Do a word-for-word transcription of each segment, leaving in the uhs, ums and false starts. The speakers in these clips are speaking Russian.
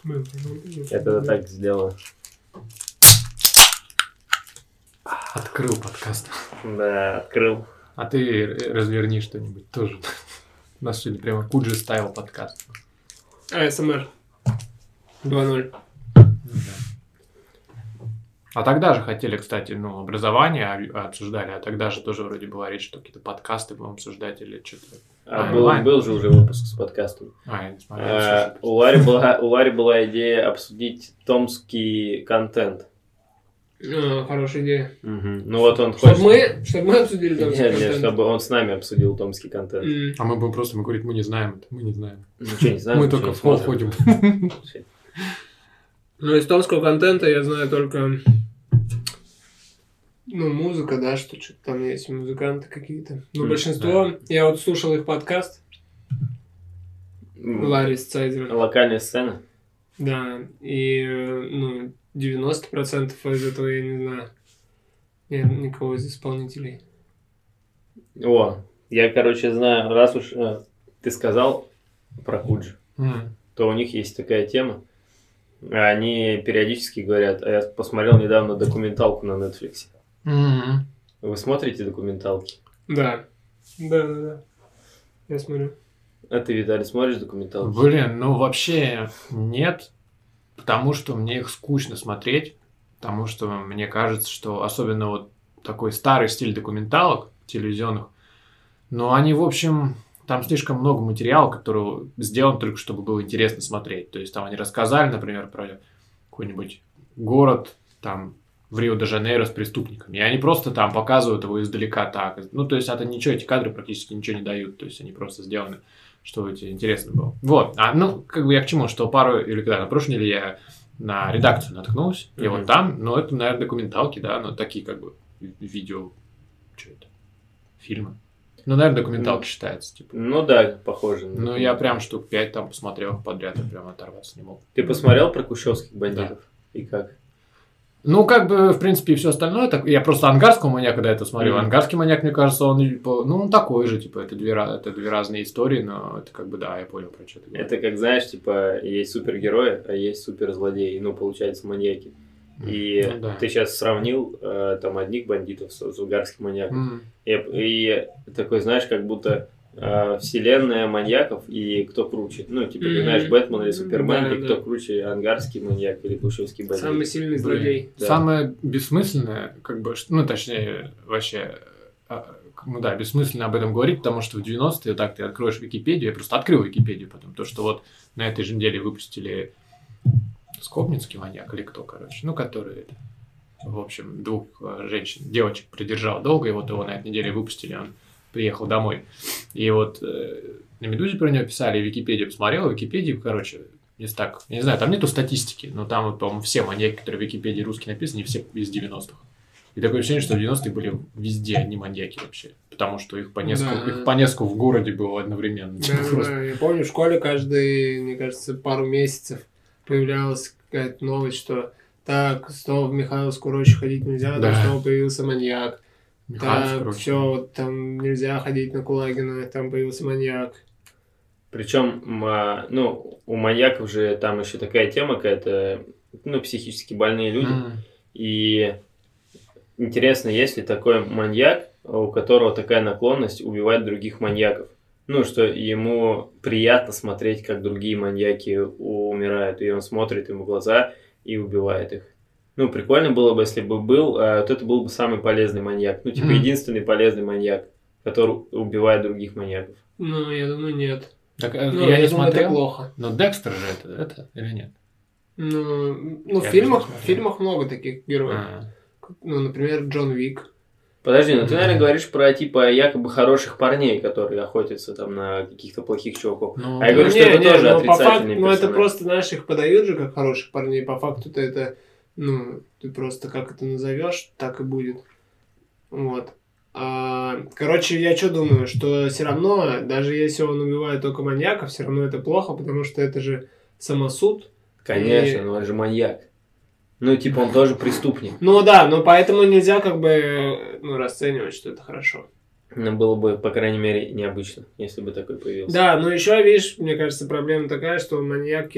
Я тогда так сделаю. Открыл подкаст. Да, открыл. А ты разверни что-нибудь тоже. У нас сегодня прямо Куджи стайл подкаст. А эс эм эр два ноль. А тогда же хотели, кстати, ну, образование обсуждали, а тогда же тоже вроде была речь, что какие-то подкасты будем обсуждать или что-то. А, а был, был же уже выпуск с подкастом. А, я не смотрел. А, у, Лари была, у Лари была идея обсудить томский контент. А, хорошая идея. Угу. Ну вот он чтобы хочет... Мы, чтобы мы обсудили томский нет, контент. Нет, чтобы он с нами обсудил томский контент. Mm. А мы будем просто, мы говорим, мы не знаем это, мы не знаем. Ну что, не знаем? Мы только в холл ходим. Ну, из томского контента я знаю только... Ну, музыка, да, что что-то там есть, музыканты какие-то. Но mm, большинство... Да. Я вот слушал их подкаст. Mm. Ларри с Цайзером. Локальная сцена? Да, и, ну, девяносто процентов из этого я не знаю. Нет никого из исполнителей. О, я, короче, знаю, раз уж э, ты сказал про Куджи, mm. то у них есть такая тема. Они периодически говорят, а я посмотрел недавно документалку на Netflix. Mm-hmm. Вы смотрите документалки? Да. Да, да, да. Я смотрю. А ты, Виталий, смотришь документалки? Блин, ну вообще нет, потому что мне их скучно смотреть, потому что мне кажется, что особенно вот такой старый стиль документалок телевизионных, но они, в общем, там слишком много материала, который сделан только, чтобы было интересно смотреть. То есть там они рассказали, например, про какой-нибудь город, там, в Рио-де-Жанейро с преступниками. И они просто там показывают его издалека так. Ну, то есть это ничего, эти кадры практически ничего не дают. То есть они просто сделаны, чтобы тебе интересно было. Вот. А, ну, как бы я к чему, что пару, или когда, на прошлой неделе я на редакцию наткнулся, и mm-hmm. вот там, ну, это, наверное, документалки, да, но такие, как бы, видео, что это, фильмы. Ну, наверное, документалка mm-hmm. считается, типа. Ну да, похоже. Ну, я прям штук пять там посмотрел подряд, и прям оторваться не мог. Ты посмотрел про кущевских бандитов? Да. И как? Ну, как бы, в принципе, и все остальное. Так, я просто ангарского маньяка до этого смотрел. Mm-hmm. Ангарский маньяк, мне кажется, он, ну, он такой же, типа, это две, это две разные истории, но это как бы, да, я понял, про что ты говоришь. Это как, знаешь, типа, есть супергерои, а есть суперзлодеи, ну, получается, маньяки. И ну, да. ты сейчас сравнил э, там одних бандитов с, с ангарским маньяком. Mm-hmm. И, и такой, знаешь, как будто э, вселенная маньяков и кто круче. Ну, типа, mm-hmm. ты знаешь, Бэтмен или Супермен, да, и да. кто круче, ангарский маньяк или кущевский бандит. Самый сильный злодей. Да. Самое бессмысленное, как бы, ну, точнее, вообще, ну да, бессмысленно об этом говорить, потому что в девяностые, так, ты откроешь Википедию, я просто открыл Википедию потом, то, что вот на этой же неделе выпустили Скобницкий маньяк или кто, короче, ну, который, в общем, двух женщин, девочек продержал долго, и вот его на этой неделе выпустили, он приехал домой. И вот э, на «Медузе» про него писали, Википедию посмотрел, Википедию, короче, не так, я не знаю, там нету статистики, но там, вот, по-моему, все маньяки, которые в Википедии русские написаны, все из девяностых. И такое ощущение, что в девяностых были везде одни маньяки вообще, потому что их по несколько, да. их по несколько в городе было одновременно. Да, да, я помню, в школе каждый, мне кажется, пару месяцев появлялась какая-то новость, что так, снова в Михайловскую рощу ходить нельзя, да. там снова появился маньяк. Так, все, там нельзя ходить на Кулагина, там появился маньяк. Причем, ну, у маньяков же там еще такая тема какая-то, ну, психически больные люди. Mm. И интересно, есть ли такой маньяк, у которого такая наклонность убивать других маньяков? Ну, что ему приятно смотреть, как другие маньяки умирают, и он смотрит им в глаза и убивает их. Ну, прикольно было бы, если бы был, а вот это был бы самый полезный маньяк. Ну, типа, mm-hmm. единственный полезный маньяк, который убивает других маньяков. Ну, я думаю, нет. Так, ну, я, я не думаю, смотрел, это плохо. Но Декстер же это, это или нет? Ну, ну в, фильмах, в фильмах много таких героев. А-а-а. Ну, например, Джон Уик. Подожди, ну ты, наверное, говоришь про, типа, якобы хороших парней, которые охотятся там на каких-то плохих чуваков. Ну, а я говорю, ну, что не, это не, тоже отрицательный факту, персонаж. Ну, это просто, знаешь, их подают же как хороших парней. По факту-то это, ну, ты просто как это назовешь, так и будет. Вот. А, короче, я что думаю, что все равно, даже если он убивает только маньяков, все равно это плохо, потому что это же самосуд. Конечно, и... но он же маньяк. Ну, типа, он тоже преступник. Ну да, но поэтому нельзя как бы, ну, расценивать, что это хорошо. Ну, было бы, по крайней мере, необычно, если бы такой появился. Да, но еще, видишь, мне кажется, проблема такая, что маньяки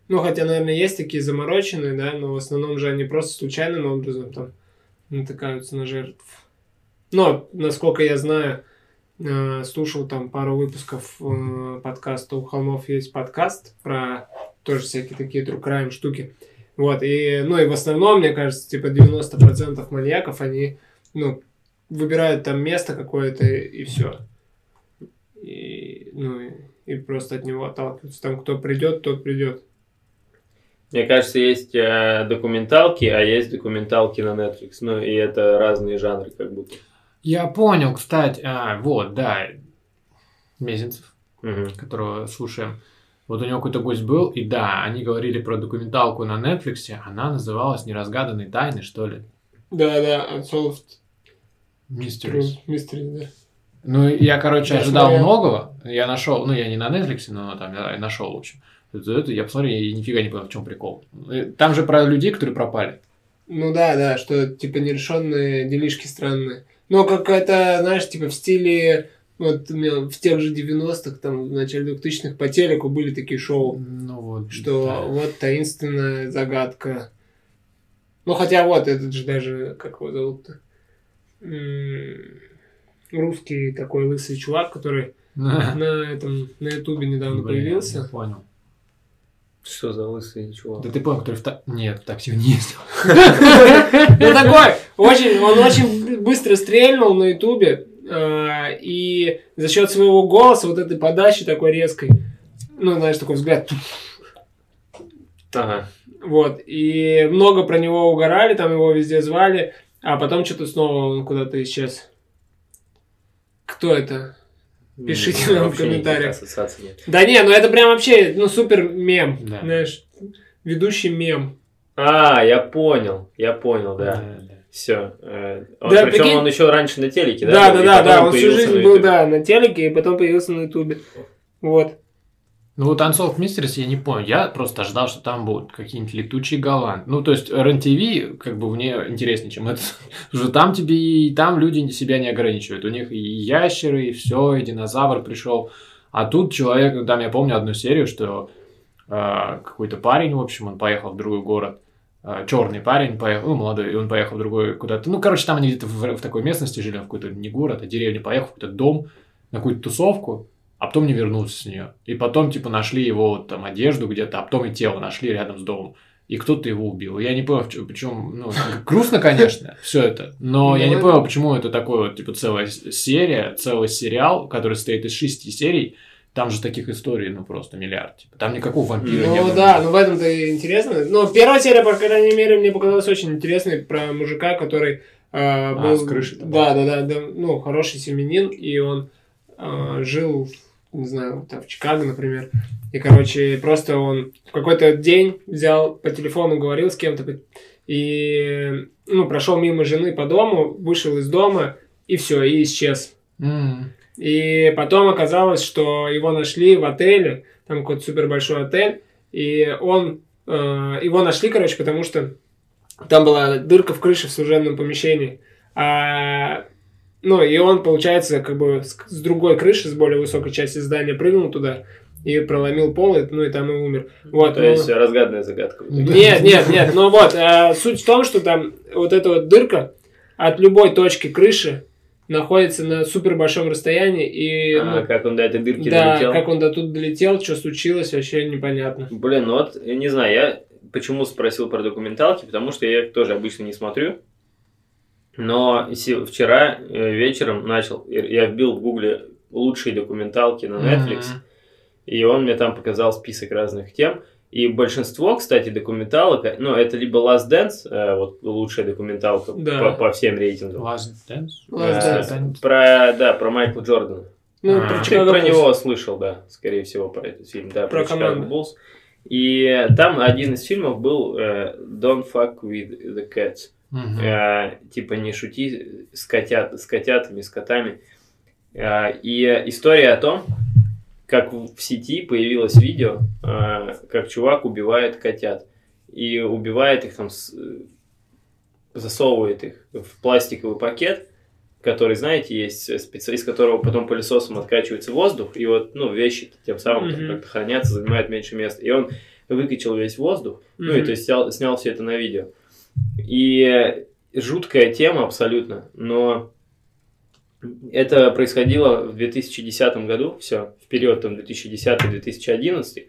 Ну, хотя, наверное, есть такие замороченные, да, но в основном же они просто случайным образом там натыкаются на жертв. Но, насколько я знаю, э, слушал там пару выпусков э, подкаста «У холмов есть подкаст» про тоже всякие такие true crime штуки. Вот, и, ну, и в основном, мне кажется, типа девяносто процентов маньяков, они, ну, выбирают там место какое-то и все. И, ну, и, и просто от него отталкиваются. Там кто придет, тот придет. Мне кажется, есть э, документалки, а есть документалки на Netflix. Ну, и это разные жанры, как будто. Я понял, кстати. А, вот, да. Мезенцев, Угу. которого слушаем. Вот у него какой-то гость был, и да, они говорили про документалку на Netflix, она называлась «Неразгаданные тайны», что ли? Да-да, Unsolved Mysteries. Mysteries, да. Ну, я, короче, Я ожидал смотрел. многого. Я нашел, ну, я не на Netflix, но там я нашел, в общем. Это, это, я посмотрел, и нифига не понял, в чем прикол. Там же про людей, которые пропали. Ну да, да, что типа нерешенные делишки странные. Но какая-то, знаешь, типа в стиле, вот у меня в тех же девяностых, там, в начале двухтысячных по телеку были такие шоу, Ну, вот. что да. вот таинственная загадка. Ну, хотя вот этот же даже, как его зовут-то? М, Русский такой лысый чувак, который на этом, на ютубе недавно Блин, появился. я понял. Что за лысый чувак? Да ты понял, который в та... Нет, в такси не ездил. Ну такой, очень, он очень быстро стрельнул на ютубе, э, и за счет своего голоса, вот этой подачи такой резкой, ну, знаешь, такой взгляд, Ага. вот, и много про него угорали, там его везде звали, а потом что-то снова он куда-то исчез. Кто это? Пишите Ну, нам в вообще никаких комментариях. ассоциаций нет. Да не, ну это прям вообще, ну, супер мем, Да. знаешь, ведущий мем. А, я понял, я понял, да. Да, да. Все. Да, Причем прикинь- он еще раньше на телеке, да? Да, был? да, И да, потом да, он всю появился жизнь на был, Ютубе. да, на телеке, и потом появился на ютубе. Вот. Ну вот Unsolved Mysteries я не понял. Я просто ожидал, что там будут какие-нибудь летучие голланд. Ну, то есть эр эн ти ви как бы мне интереснее, чем это. Потому что там тебе и там люди себя не ограничивают. У них и ящеры, и все, и динозавр пришел. А тут человек, ну, там я помню одну серию, что э, какой-то парень, в общем, он поехал в другой город. Э, черный парень поехал, ну, молодой, и он поехал в другой куда-то. Ну, короче, там они где-то в, в такой местности жили, в какой-то не город, а деревню, поехал в какой-то дом, на какую-то тусовку. А потом не вернулся с нее. И потом, типа, нашли его вот, там одежду где-то, а потом и тело нашли рядом с домом. И кто-то его убил. Я не понял, почему... Ну, грустно, конечно, все это. Но я не понял, почему это такое вот, типа, целая серия, целый сериал, который состоит из шести серий. Там же таких историй, ну, просто миллиард. Типа, там никакого вампира Ну не было. да, ну в этом-то и интересно. Ну, первая серия, по крайней мере, мне показалась очень интересной, про мужика, который э, был... с крыши там. Да, да, да, да, ну, хороший семьянин, и он э, жил, не знаю, там, в Чикаго, например. И, короче, просто он в какой-то день взял по телефону, говорил с кем-то, и, ну, прошел мимо жены по дому, вышел из дома, и все, и исчез. М. И потом оказалось, что его нашли в отеле, там какой-то супер большой отель, и он, э, его нашли, короче, потому что там была дырка в крыше в служебном помещении. А, ну, и он, получается, как бы с, с другой крыши, с более высокой части здания прыгнул туда и проломил пол, и, ну, и там и умер. Вот, То но- есть разгаданная загадка. Нет, нет, нет, ну вот, а, суть в том, что там вот эта вот дырка от любой точки крыши находится на супер большом расстоянии, и А, ну, как он до этой дырки да, долетел? как он до тут долетел, что случилось, вообще непонятно. Блин, ну вот, я не знаю, я почему спросил про документалки, потому что я их тоже обычно не смотрю. Но се- вчера э, вечером начал, я- я вбил в гугле лучшие документалки на Netflix, Мгм. и он мне там показал список разных тем. И большинство, кстати, документалок, э, ну, это либо Last Dance, э, вот лучшая документалка Да. по, по всем рейтингам. Last Dance? Last Э, Dance. Про, да, про Майкла Джордана. Ну, А. про Ты Чикаго про Буллс. него слышал, да, скорее всего, про этот фильм, да, Про про, Chicago команду. Bulls. И там один из фильмов был э, Don't fuck with the cats. Мгм. Э, типа не шути с, котят, с котятами, с котами. Э, и история о том, как в в сети появилось видео, э, как чувак убивает котят. И убивает их там, с- засовывает их в пластиковый пакет, который, знаете, есть специ... из которого потом пылесосом откачивается воздух, и вот, ну, вещи тем самым там Мгм. как-то хранятся, занимают меньше места. И он выкачал весь воздух, mm-hmm. ну и то есть снял, снял все это на видео. И жуткая тема абсолютно, но это происходило в две тысячи десятом году, все, в период там две тысячи десятый - две тысячи одиннадцатый.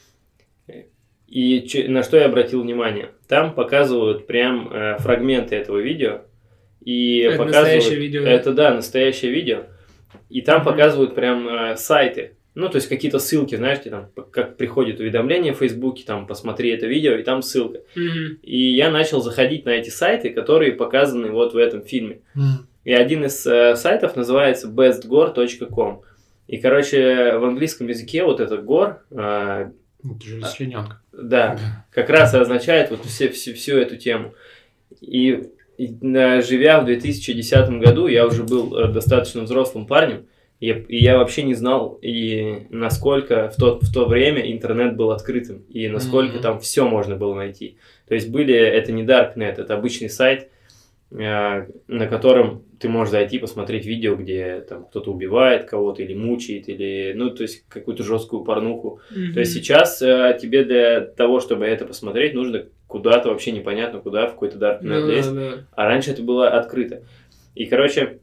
И на что я обратил внимание? Там показывают прям э, фрагменты этого видео. И это показывают, настоящее видео. Это, да, настоящее видео. И там mm-hmm. показывают прям э, сайты. Ну, то есть какие-то ссылки, знаете, там, как приходит уведомление в Фейсбуке, там, посмотри это видео, и там ссылка. Mm-hmm. И я начал заходить на эти сайты, которые показаны вот в этом фильме. Mm-hmm. И один из э, сайтов называется бест гор точка ком. И, короче, в английском языке вот этот гор... Э, это же расчлененка. Да, как раз и означает вот все, все, всю эту тему. И, и живя в две тысячи десятом году, я уже был э, достаточно взрослым парнем, и, и я вообще не знал, и насколько в то, в то время интернет был открытым, и насколько mm-hmm. там все можно было найти. То есть были, это не Darknet, это обычный сайт, э, на котором ты можешь зайти, посмотреть видео, где там кто-то убивает кого-то или мучает, или, ну, то есть какую-то жесткую порнуху. Mm-hmm. То есть сейчас э, тебе для того, чтобы это посмотреть, нужно куда-то вообще непонятно куда, в какой-то Darknet no, лезть. No, no. А раньше это было открыто. И, короче,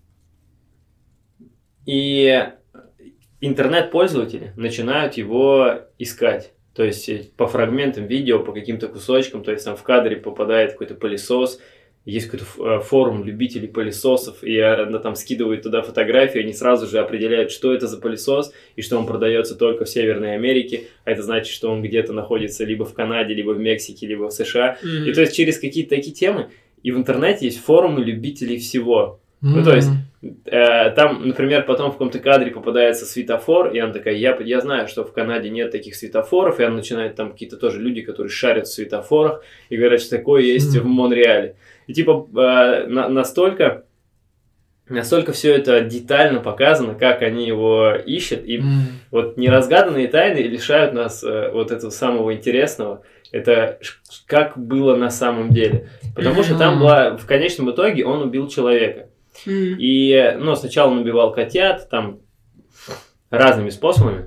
и интернет-пользователи начинают его искать. То есть по фрагментам видео, по каким-то кусочкам, то есть там в кадре попадает какой-то пылесос, есть какой-то форум любителей пылесосов, и она там скидывает туда фотографии, они сразу же определяют, что это за пылесос, и что он продается только в Северной Америке, а это значит, что он где-то находится либо в Канаде, либо в Мексике, либо в США. Mm-hmm. И то есть через какие-то такие темы, и в интернете есть форумы любителей всего. Mm-hmm. Ну, то есть, э, там, например, потом в каком-то кадре попадается светофор, и она такая, я, я знаю, что в Канаде нет таких светофоров, и она начинает, там какие-то тоже люди, которые шарят в светофорах, и говорят, что такое есть mm-hmm. в Монреале. И типа э, на, настолько, настолько все это детально показано, как они его ищут, и mm. вот неразгаданные тайны лишают нас э, вот этого самого интересного, это как было на самом деле. Потому mm. что там была, в конечном итоге он убил человека. Mm. И, ну, сначала он убивал котят, там, разными способами,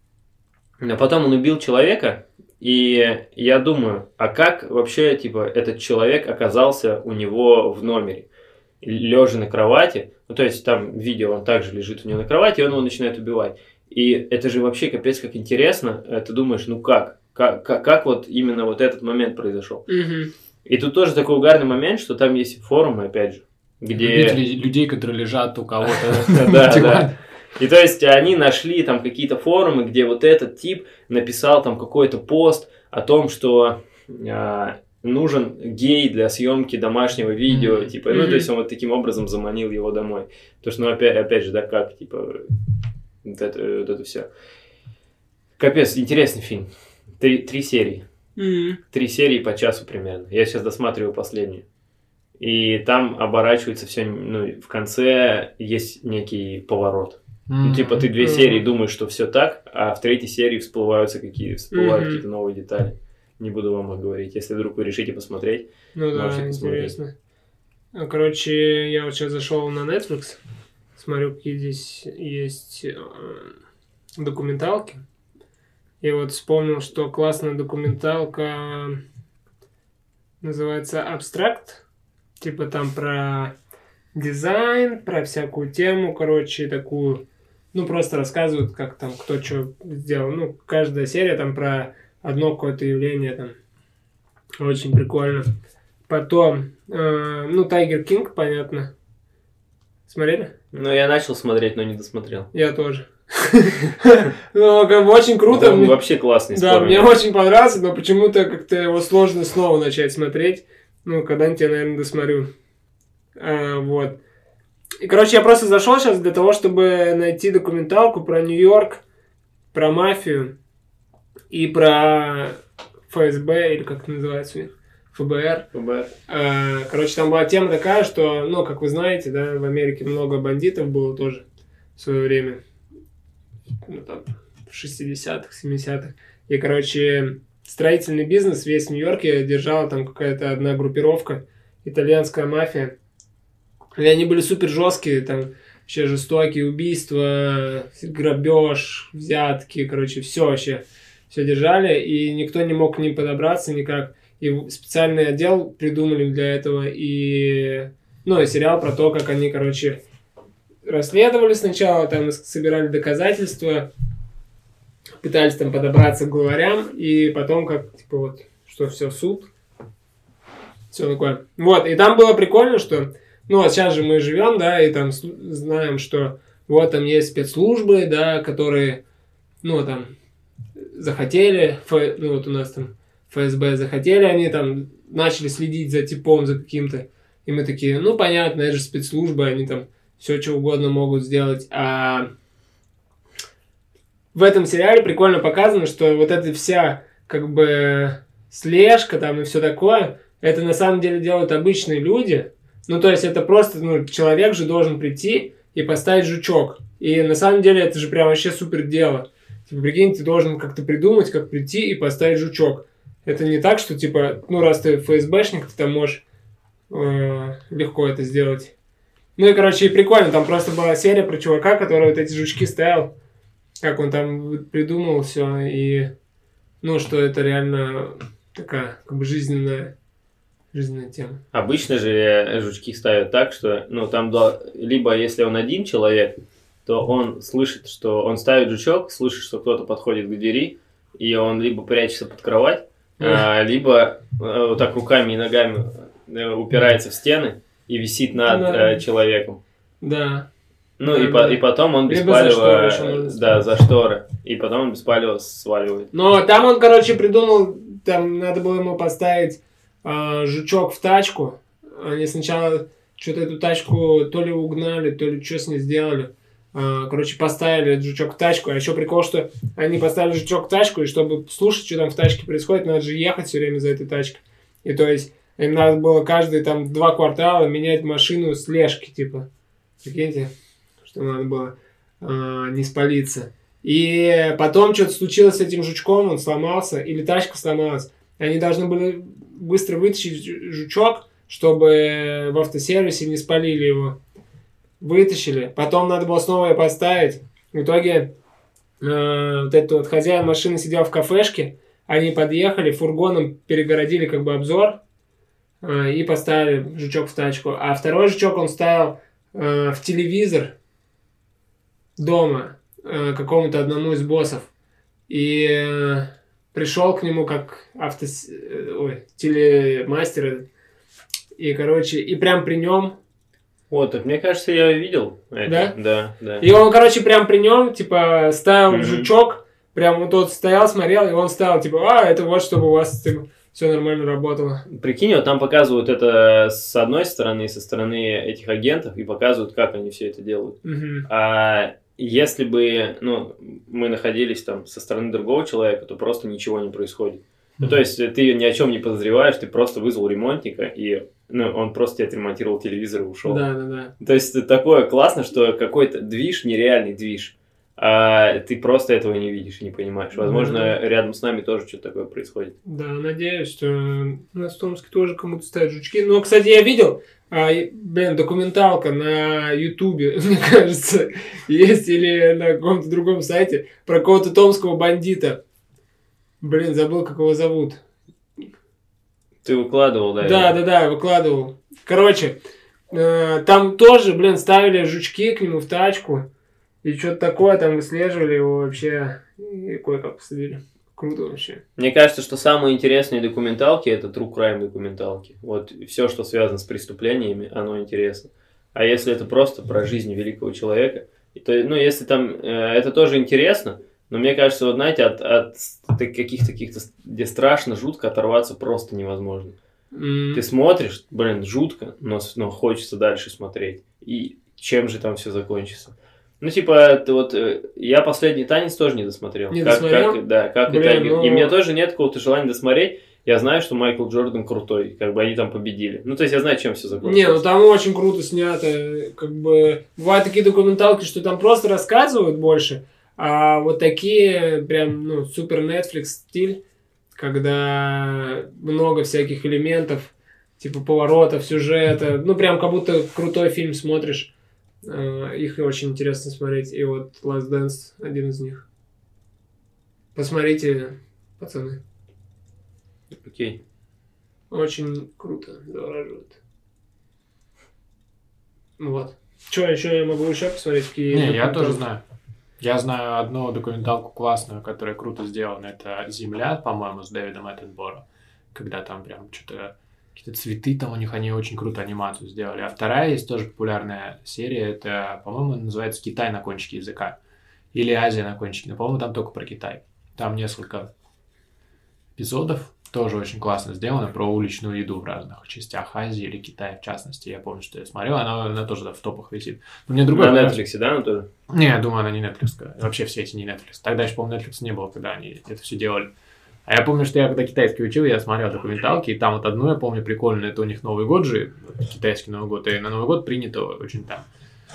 а потом он убил человека. И я думаю, а как вообще, типа, этот человек оказался у него в номере, лежа на кровати, ну, то есть там видео, он также лежит у него на кровати, и он его начинает убивать. И это же вообще капец как интересно, ты думаешь, ну как? Как, как, как вот именно вот этот момент произошел? Mm-hmm. И тут тоже такой угарный момент, что там есть форумы, опять же, где... Любители людей, которые лежат у кого-то. Да, да. И то есть они нашли там какие-то форумы, где вот этот тип написал там какой-то пост о том, что э, нужен гей для съемки домашнего видео, mm-hmm. типа, ну, mm-hmm. то есть он вот таким образом заманил его домой. Потому что, ну, опять, опять же, да, как, типа, вот это, вот это все. Капец, интересный фильм. Три, три серии. Mm-hmm. Три серии по часу примерно. Я сейчас досматриваю последнюю. И там оборачивается все, ну, в конце есть некий поворот. Mm-hmm. Ну, типа, ты две mm-hmm. серии думаешь, что все так, а в третьей серии всплываются какие, всплывают mm-hmm. какие-то новые детали. Не буду вам их говорить. Если вдруг вы решите посмотреть, ну да, интересно. Ну, короче, я вот сейчас зашел на Netflix, смотрю, какие здесь есть э, документалки. И вот вспомнил, что классная документалка называется «Абстракт». Типа там про дизайн, про всякую тему, короче, такую... Ну, просто рассказывают, как там, кто что сделал. Ну, каждая серия там про одно какое-то явление там. Очень прикольно. Потом, э, ну, Тайгер Кинг, понятно. Смотрели? Ну, я начал смотреть, но не досмотрел. Я тоже. Ну, как бы очень круто. Он вообще классный. Да, мне очень понравился, но почему-то как-то его сложно снова начать смотреть. Ну, когда-нибудь я, наверное, досмотрю. Вот. И, короче, я просто зашел сейчас для того, чтобы найти документалку про Нью-Йорк, про мафию и про эф эс бэ, или как это называется, эф бэ эр. эф бэ эр. Короче, там была тема такая, что, ну, как вы знаете, да, в Америке много бандитов было тоже в свое время. Ну, там, в шестидесятых, семидесятых. И, короче, строительный бизнес весь в Нью-Йорке держала там какая-то одна группировка, итальянская мафия. И они были супер жесткие, там вообще жестокие убийства, грабеж, взятки, короче, все вообще, все держали, и никто не мог к ним подобраться никак. И специальный отдел придумали для этого, и, ну, и сериал про то, как они, короче, расследовали сначала, там собирали доказательства, пытались там подобраться к главарям, и потом как, типа, вот, что все, суд, все такое. Вот, и там было прикольно, что, ну, вот сейчас же мы живем, да, и там знаем, что вот там есть спецслужбы, да, которые, ну, там, захотели, ф, ну, вот у нас там эф эс бэ захотели, они там начали следить за типом, за каким-то, и мы такие, ну, понятно, это же спецслужбы, они там все, что угодно могут сделать, а в этом сериале прикольно показано, что вот эта вся, как бы, слежка там и все такое, это на самом деле делают обычные люди. Ну, то есть это просто, ну, человек же должен прийти и поставить жучок. И на самом деле это же прям вообще супер дело. Типа, прикинь, ты должен как-то придумать, как прийти и поставить жучок. Это не так, что, типа, ну, раз ты эф эс бэшник, ты там можешь э, легко это сделать. Ну, и, короче, и прикольно. Там просто была серия про чувака, который вот эти жучки ставил. Как он там придумал все. И, ну, что это реально такая, как бы, жизненная... жизненная тема. Обычно же жучки ставят так, что, ну, там, либо если он один человек, то он слышит, что он ставит жучок, слышит, что кто-то подходит к двери, и он либо прячется под кровать, а, либо а, вот так руками и ногами упирается в стены и висит над да. а, человеком. Да. Ну, да, и, да. По, и потом он либо за беспалево... Да, за шторы. И потом он беспалево сваливает. Но там он, короче, придумал, там надо было ему поставить э, жучок в тачку. Они сначала что-то эту тачку то ли угнали, то ли что с ней сделали. Э, короче, поставили жучок в тачку. А еще прикол, что они поставили жучок в тачку, и чтобы слушать, что там в тачке происходит, надо же ехать все время за этой тачкой. И то есть им надо было каждые там два квартала менять машину слежки, типа. Прикиньте, что надо было э, не спалиться. И потом что-то случилось с этим жучком, он сломался, или тачка сломалась. Они должны были быстро вытащить жучок, чтобы в автосервисе не спалили его. Вытащили. Потом надо было снова ее поставить. В итоге э, вот этот вот хозяин машины сидел в кафешке. Они подъехали, фургоном перегородили как бы обзор э, и поставили жучок в тачку. А второй жучок он ставил э, в телевизор дома какому-то одному из боссов. И э, пришел к нему как авто... Ой, телемастер. И, короче, и прям при нем... Вот, так мне кажется, я видел это. Да? Да, да. И он, короче, прям при нем, типа, ставил Mm-hmm. жучок. Прям вот тот стоял, смотрел, и он ставил, типа, а, это вот, чтобы у вас типа, все нормально работало. Прикинь, вот там показывают это с одной стороны, со стороны этих агентов, и показывают, как они все это делают. Mm-hmm. А если бы, ну, мы находились там со стороны другого человека, то просто ничего не происходит. Mm-hmm. Ну, то есть ты ни о чем не подозреваешь, ты просто вызвал ремонтника, и ну, он просто тебе отремонтировал телевизор и ушел. Да, да, да. То есть такое классно, что какой-то движ, нереальный движ, а ты просто этого не видишь и не понимаешь. Возможно, mm-hmm. рядом с нами тоже что-то такое происходит. Да, надеюсь, что у нас в Томске тоже кому-то ставят жучки. Но, кстати, я видел, а, блин, документалка на Ютубе, мне кажется, есть, или на каком-то другом сайте, про какого-то томского бандита. Блин, забыл, как его зовут. Ты выкладывал, да? Да, да, да, выкладывал. Короче, э, там тоже, блин, ставили жучки к нему в тачку. И что-то такое, там выслеживали его вообще. И кое-как посадили. Круто вообще. Мне кажется, что самые интересные документалки — это true crime документалки. Вот все, что связано с преступлениями, оно интересно. А если это просто про жизнь великого человека, то, ну, если там, э, это тоже интересно, но мне кажется, вот знаете, от, от каких-то, каких-то, где страшно, жутко оторваться просто невозможно. Mm. Ты смотришь, блин, жутко, но, но хочется дальше смотреть. И чем же там все закончится? Ну, типа, это вот, я последний танец тоже не досмотрел. Не как, досмотрел? Как, да, как Блин, это... ну... И мне тоже нет какого-то желания досмотреть. Я знаю, что Майкл Джордан крутой, как бы они там победили. Ну, то есть я знаю, чем все закончилось. Не, ну там очень круто снято. Как бы, бывают такие документалки, что там просто рассказывают больше, а вот такие прям, ну, супер Netflix стиль, когда много всяких элементов, типа поворотов, сюжета, ну, прям как будто крутой фильм смотришь. Их очень интересно смотреть. И вот Last Dance один из них. Посмотрите, пацаны. Окей. Очень круто, завораживает. Вот. Что еще я могу еще посмотреть? Какие Не, я тоже знаю. Я знаю одну документалку классную, которая круто сделана. Это «Земля», по-моему, с Дэвидом Эттенборо. Когда там прям что-то... Какие-то цветы там у них, они очень круто анимацию сделали. А вторая есть тоже популярная серия. Это, по-моему, называется «Китай на кончике языка». Или «Азия на кончике». Но, по-моему, там только про Китай. Там несколько эпизодов. Тоже очень классно сделано, про уличную еду в разных частях Азии или Китая, в частности. Я помню, что я смотрел, она, она тоже да, в топах висит. Но мне другой на нравится. Netflix, да, она тоже? Не, я думаю, она не Netflix. Вообще в свете не Netflix. Тогда еще, по-моему, Netflix не было, когда они это все делали. А я помню, что я когда китайский учил, я смотрел документалки, и там вот одну, я помню, прикольно, это у них Новый год же, китайский Новый год, и на Новый год принято очень там,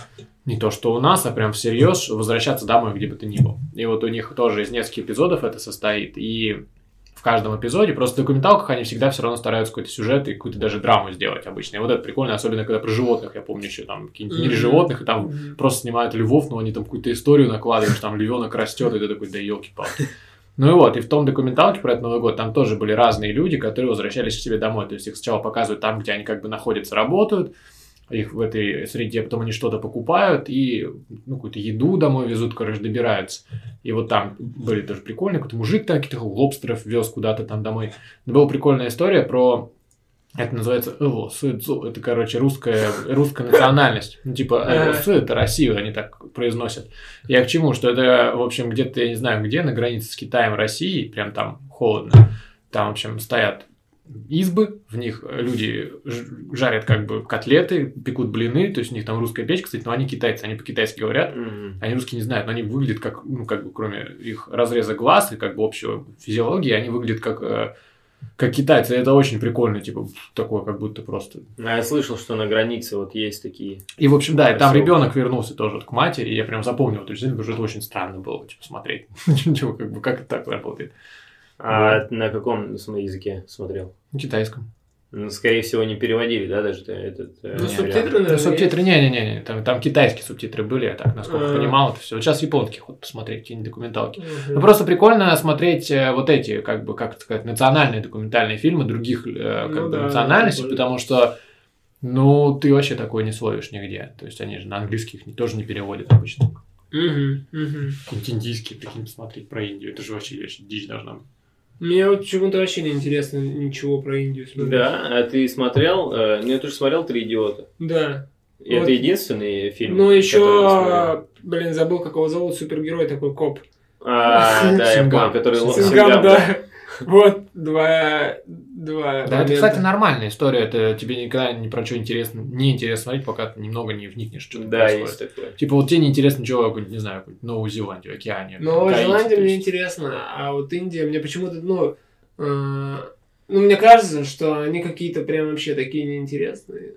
не то что у нас, а прям всерьез возвращаться домой, где бы ты ни был. И вот у них тоже из нескольких эпизодов это состоит, и в каждом эпизоде, просто в документалках они всегда все равно стараются какой-то сюжет и какую-то даже драму сделать обычно. И вот это прикольно, особенно когда про животных, я помню еще там какие-нибудь мире животных, и там mm-hmm. просто снимают львов, но они там какую-то историю накладывают, что там львенок растет, и ты такой, да елки-палки. Ну и вот, и в том документалке про этот Новый год там тоже были разные люди, которые возвращались к себе домой. То есть их сначала показывают там, где они как бы находятся, работают, их в этой среде, потом они что-то покупают и ну, какую-то еду домой везут, короче, добираются. И вот там были тоже прикольные, какой-то мужик там каких-то лобстеров вез куда-то там домой. Но была прикольная история про... Это называется эво, суэцу. Это, короче, русская, русская национальность. Ну, типа, эво, су, это Россия, они так произносят. Я к чему? Что это, в общем, где-то, я не знаю где, на границе с Китаем и Россией, прям там холодно. Там, в общем, стоят избы, в них люди жарят как бы котлеты, пекут блины, то есть у них там русская печь, кстати, но они китайцы, они по-китайски говорят, mm-hmm. они русские не знают, но они выглядят как, ну, как бы, кроме их разреза глаз и как бы общего физиологии, они выглядят как... Как китайцы, это очень прикольно, типа, такое, как будто просто... А я слышал, что на границе вот есть такие... И, в общем, да, и там ребенок вернулся тоже вот к матери, и я прям запомнил эту жизнь, потому что это очень странно было, типа, смотреть. Ничего, как бы, как это так работает. А вот. На каком языке смотрел? На китайском. Ну, скорее всего, не переводили, да, даже этот... Ну, субтитры, наверное, субтитры, не-не-не, там, там китайские субтитры были, я так, насколько А-а-а. понимал, это все. Вот сейчас японских вот посмотреть, какие-нибудь документалки. Uh-huh. Ну, просто прикольно смотреть вот эти, как бы, как сказать, национальные документальные фильмы других, как ну, бы, да, национальностей, да, потому что, ну, ты вообще такое не словишь нигде. То есть, они же на английских тоже не переводят обычно. Угу, угу. Какие-нибудь индийские, прикинь, посмотреть про Индию, это же вообще дичь должна быть. Мне вот почему-то вообще не интересно ничего про Индию смотреть. Да, а ты смотрел, э, ну я тоже смотрел «Три идиота». Да. И вот. Это единственный фильм. Ну еще, блин, забыл, как его зовут, супергерой такой, коп. А, да, я понял, который Сингам, да. Вот, два... два да, это, кстати, нормальная история. Это тебе никогда ни про что интересно, не интересно смотреть, пока ты немного не вникнешь, что да, происходит. Есть такое. Типа, вот тебе не интересно ничего, не знаю, Новую Зеландию, Океанию. Новая Зеландия мне интересно, а вот Индия мне почему-то, ну... Э, ну, мне кажется, что они какие-то прям вообще такие неинтересные.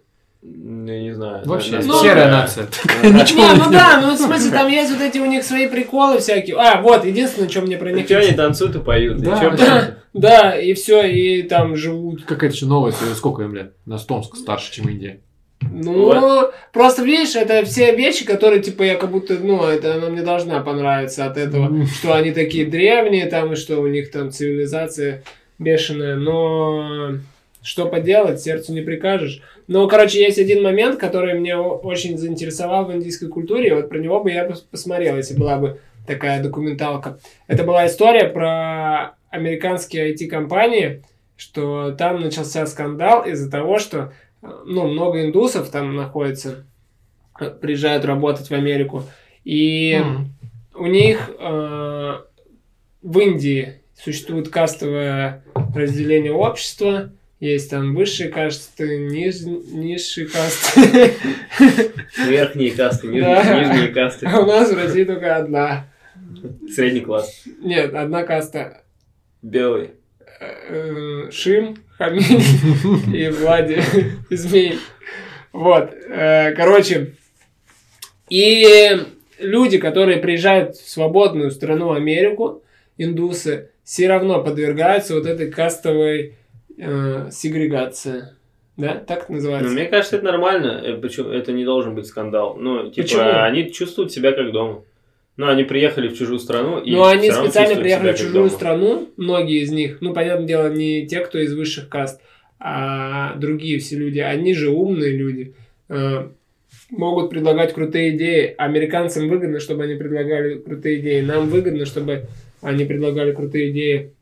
Я не знаю. Вообще, ну, серая нация. Не, ну да, ну в смысле, там есть вот эти у них свои приколы всякие. А, вот, единственное, что мне про них... Что они танцуют и поют? Да, да, и все, и там живут. Какая-то еще новая, сколько им лет? На Томск старше, чем Индия. Ну, вот. Просто, видишь, это все вещи, которые, типа, я как будто, ну, это она мне должна понравиться от этого, что они такие древние, там, и что у них там цивилизация бешеная, но... Что поделать, сердцу не прикажешь. Но, короче, есть один момент, который меня очень заинтересовал в индийской культуре, и вот про него бы я посмотрел, если была бы такая документалка. Это была история про американские ай ти-компании, что там начался скандал из-за того, что, ну, много индусов там находится, приезжают работать в Америку, и mm. у них э, в Индии существует кастовое разделение общества. Есть там высшие касты, ниж... низшие касты. Верхние касты, ниж... да. нижние касты. А у нас в России только одна. Средний класс. Нет, одна каста. Белый. Шим, Хамиль и Влади, и Змей. Вот. Короче. И люди, которые приезжают в свободную страну Америку, индусы, все равно подвергаются вот этой кастовой Э, сегрегация. Да? Так это называется? Ну, мне кажется, это нормально. Почему? Это не должен быть скандал. Ну, типа, Почему? Они чувствуют себя как дома. Ну, они приехали в чужую страну. И ну, они всё равно специально чувствуют приехали себя в как чужую дома. страну, многие из них. Ну, понятное дело, не те, кто из высших каст, а другие все люди. Они же умные люди. э, Могут предлагать крутые идеи. Американцам выгодно, чтобы они предлагали крутые идеи. Нам выгодно, чтобы они предлагали крутые идеи.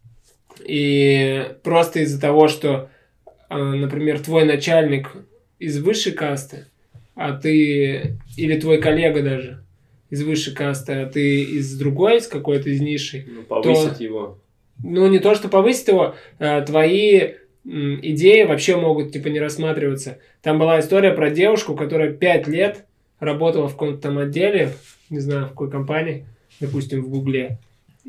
И просто из-за того, что, э, например, твой начальник из высшей касты, а ты, или твой коллега даже из высшей касты, а ты из другой, из какой-то из низшей. Ну, повысить то, его. Ну, не то, что повысить его, а твои м, идеи вообще могут, типа, не рассматриваться. Там была история про девушку, которая пять лет работала в каком-то там отделе, не знаю, в какой компании, допустим, в Гугле.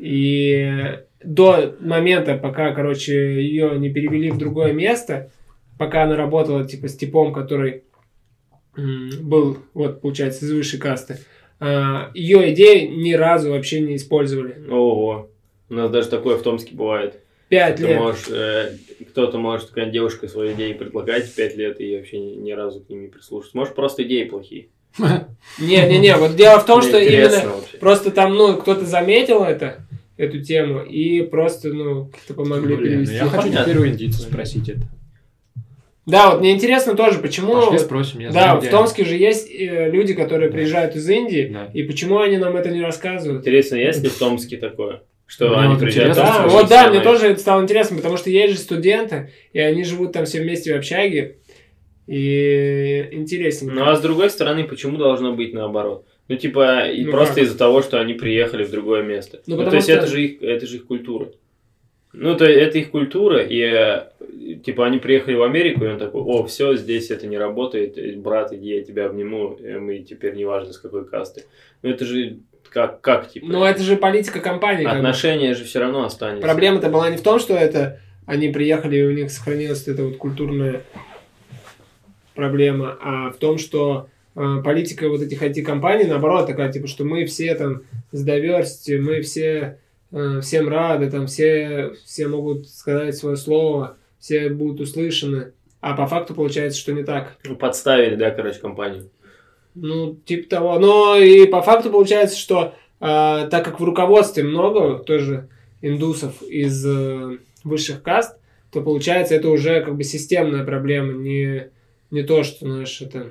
И до момента, пока, короче, ее не перевели в другое место, пока она работала, типа, с типом, который м, был, вот, получается, из высшей касты, а, ее идеи ни разу вообще не использовали. Ого. У нас даже такое в Томске бывает. Пять Ты лет. можешь, э, кто-то может, какая-нибудь девушка свои идеи предлагать пять лет и вообще ни, ни разу к ним не прислушаться. Может, просто идеи плохие. Не-не-не, вот дело в том, Мне что интересно именно вообще. просто там, ну, кто-то заметил это, эту тему, и просто, ну, как-то помогли Блин, перевести. я хочу Понятно. теперь у индийцев спросить это. Да, вот мне интересно тоже, почему... Пошли вот- спросим, я да, знаю, в где Томске же есть э, люди, которые приезжают из Индии, Да. и почему они нам это не рассказывают? Интересно, есть ли в Томске такое? Что Мне они вот приезжают... интересно, Да, в слушай, вот да, Томск, мне знаешь. тоже это стало интересно, потому что есть же студенты, и они живут там все вместе в общаге, и интересненько. Ну, а с другой стороны, почему должно быть наоборот? Ну, типа, и Ну, просто как? из-за того, что они приехали в другое место. Ну, Ну, потому то есть, что- это же их, это же их культура. Ну, то есть, это их культура, и, э, типа, они приехали в Америку, и он такой, о, все, здесь это не работает, э, брат, иди, я тебя обниму, э, мы теперь неважно, с какой касты. Ну, это же как, как типа, Но это же политика компании. как бы. отношения же все равно останется. Проблема-то была не в том, что это они приехали, и у них сохранилась эта вот культурная проблема, а в том, что э, политика вот этих ай ти-компаний, наоборот, такая, типа, что мы все там с diversity, мы все э, всем рады, там все, все могут сказать свое слово, все будут услышаны, а по факту получается, что не так. Ну, подставили, да, короче, компанию. Ну, типа того. Но и по факту получается, что э, так как в руководстве много тоже индусов из э, высших каст, то получается это уже как бы системная проблема, не, не то, что, знаешь, это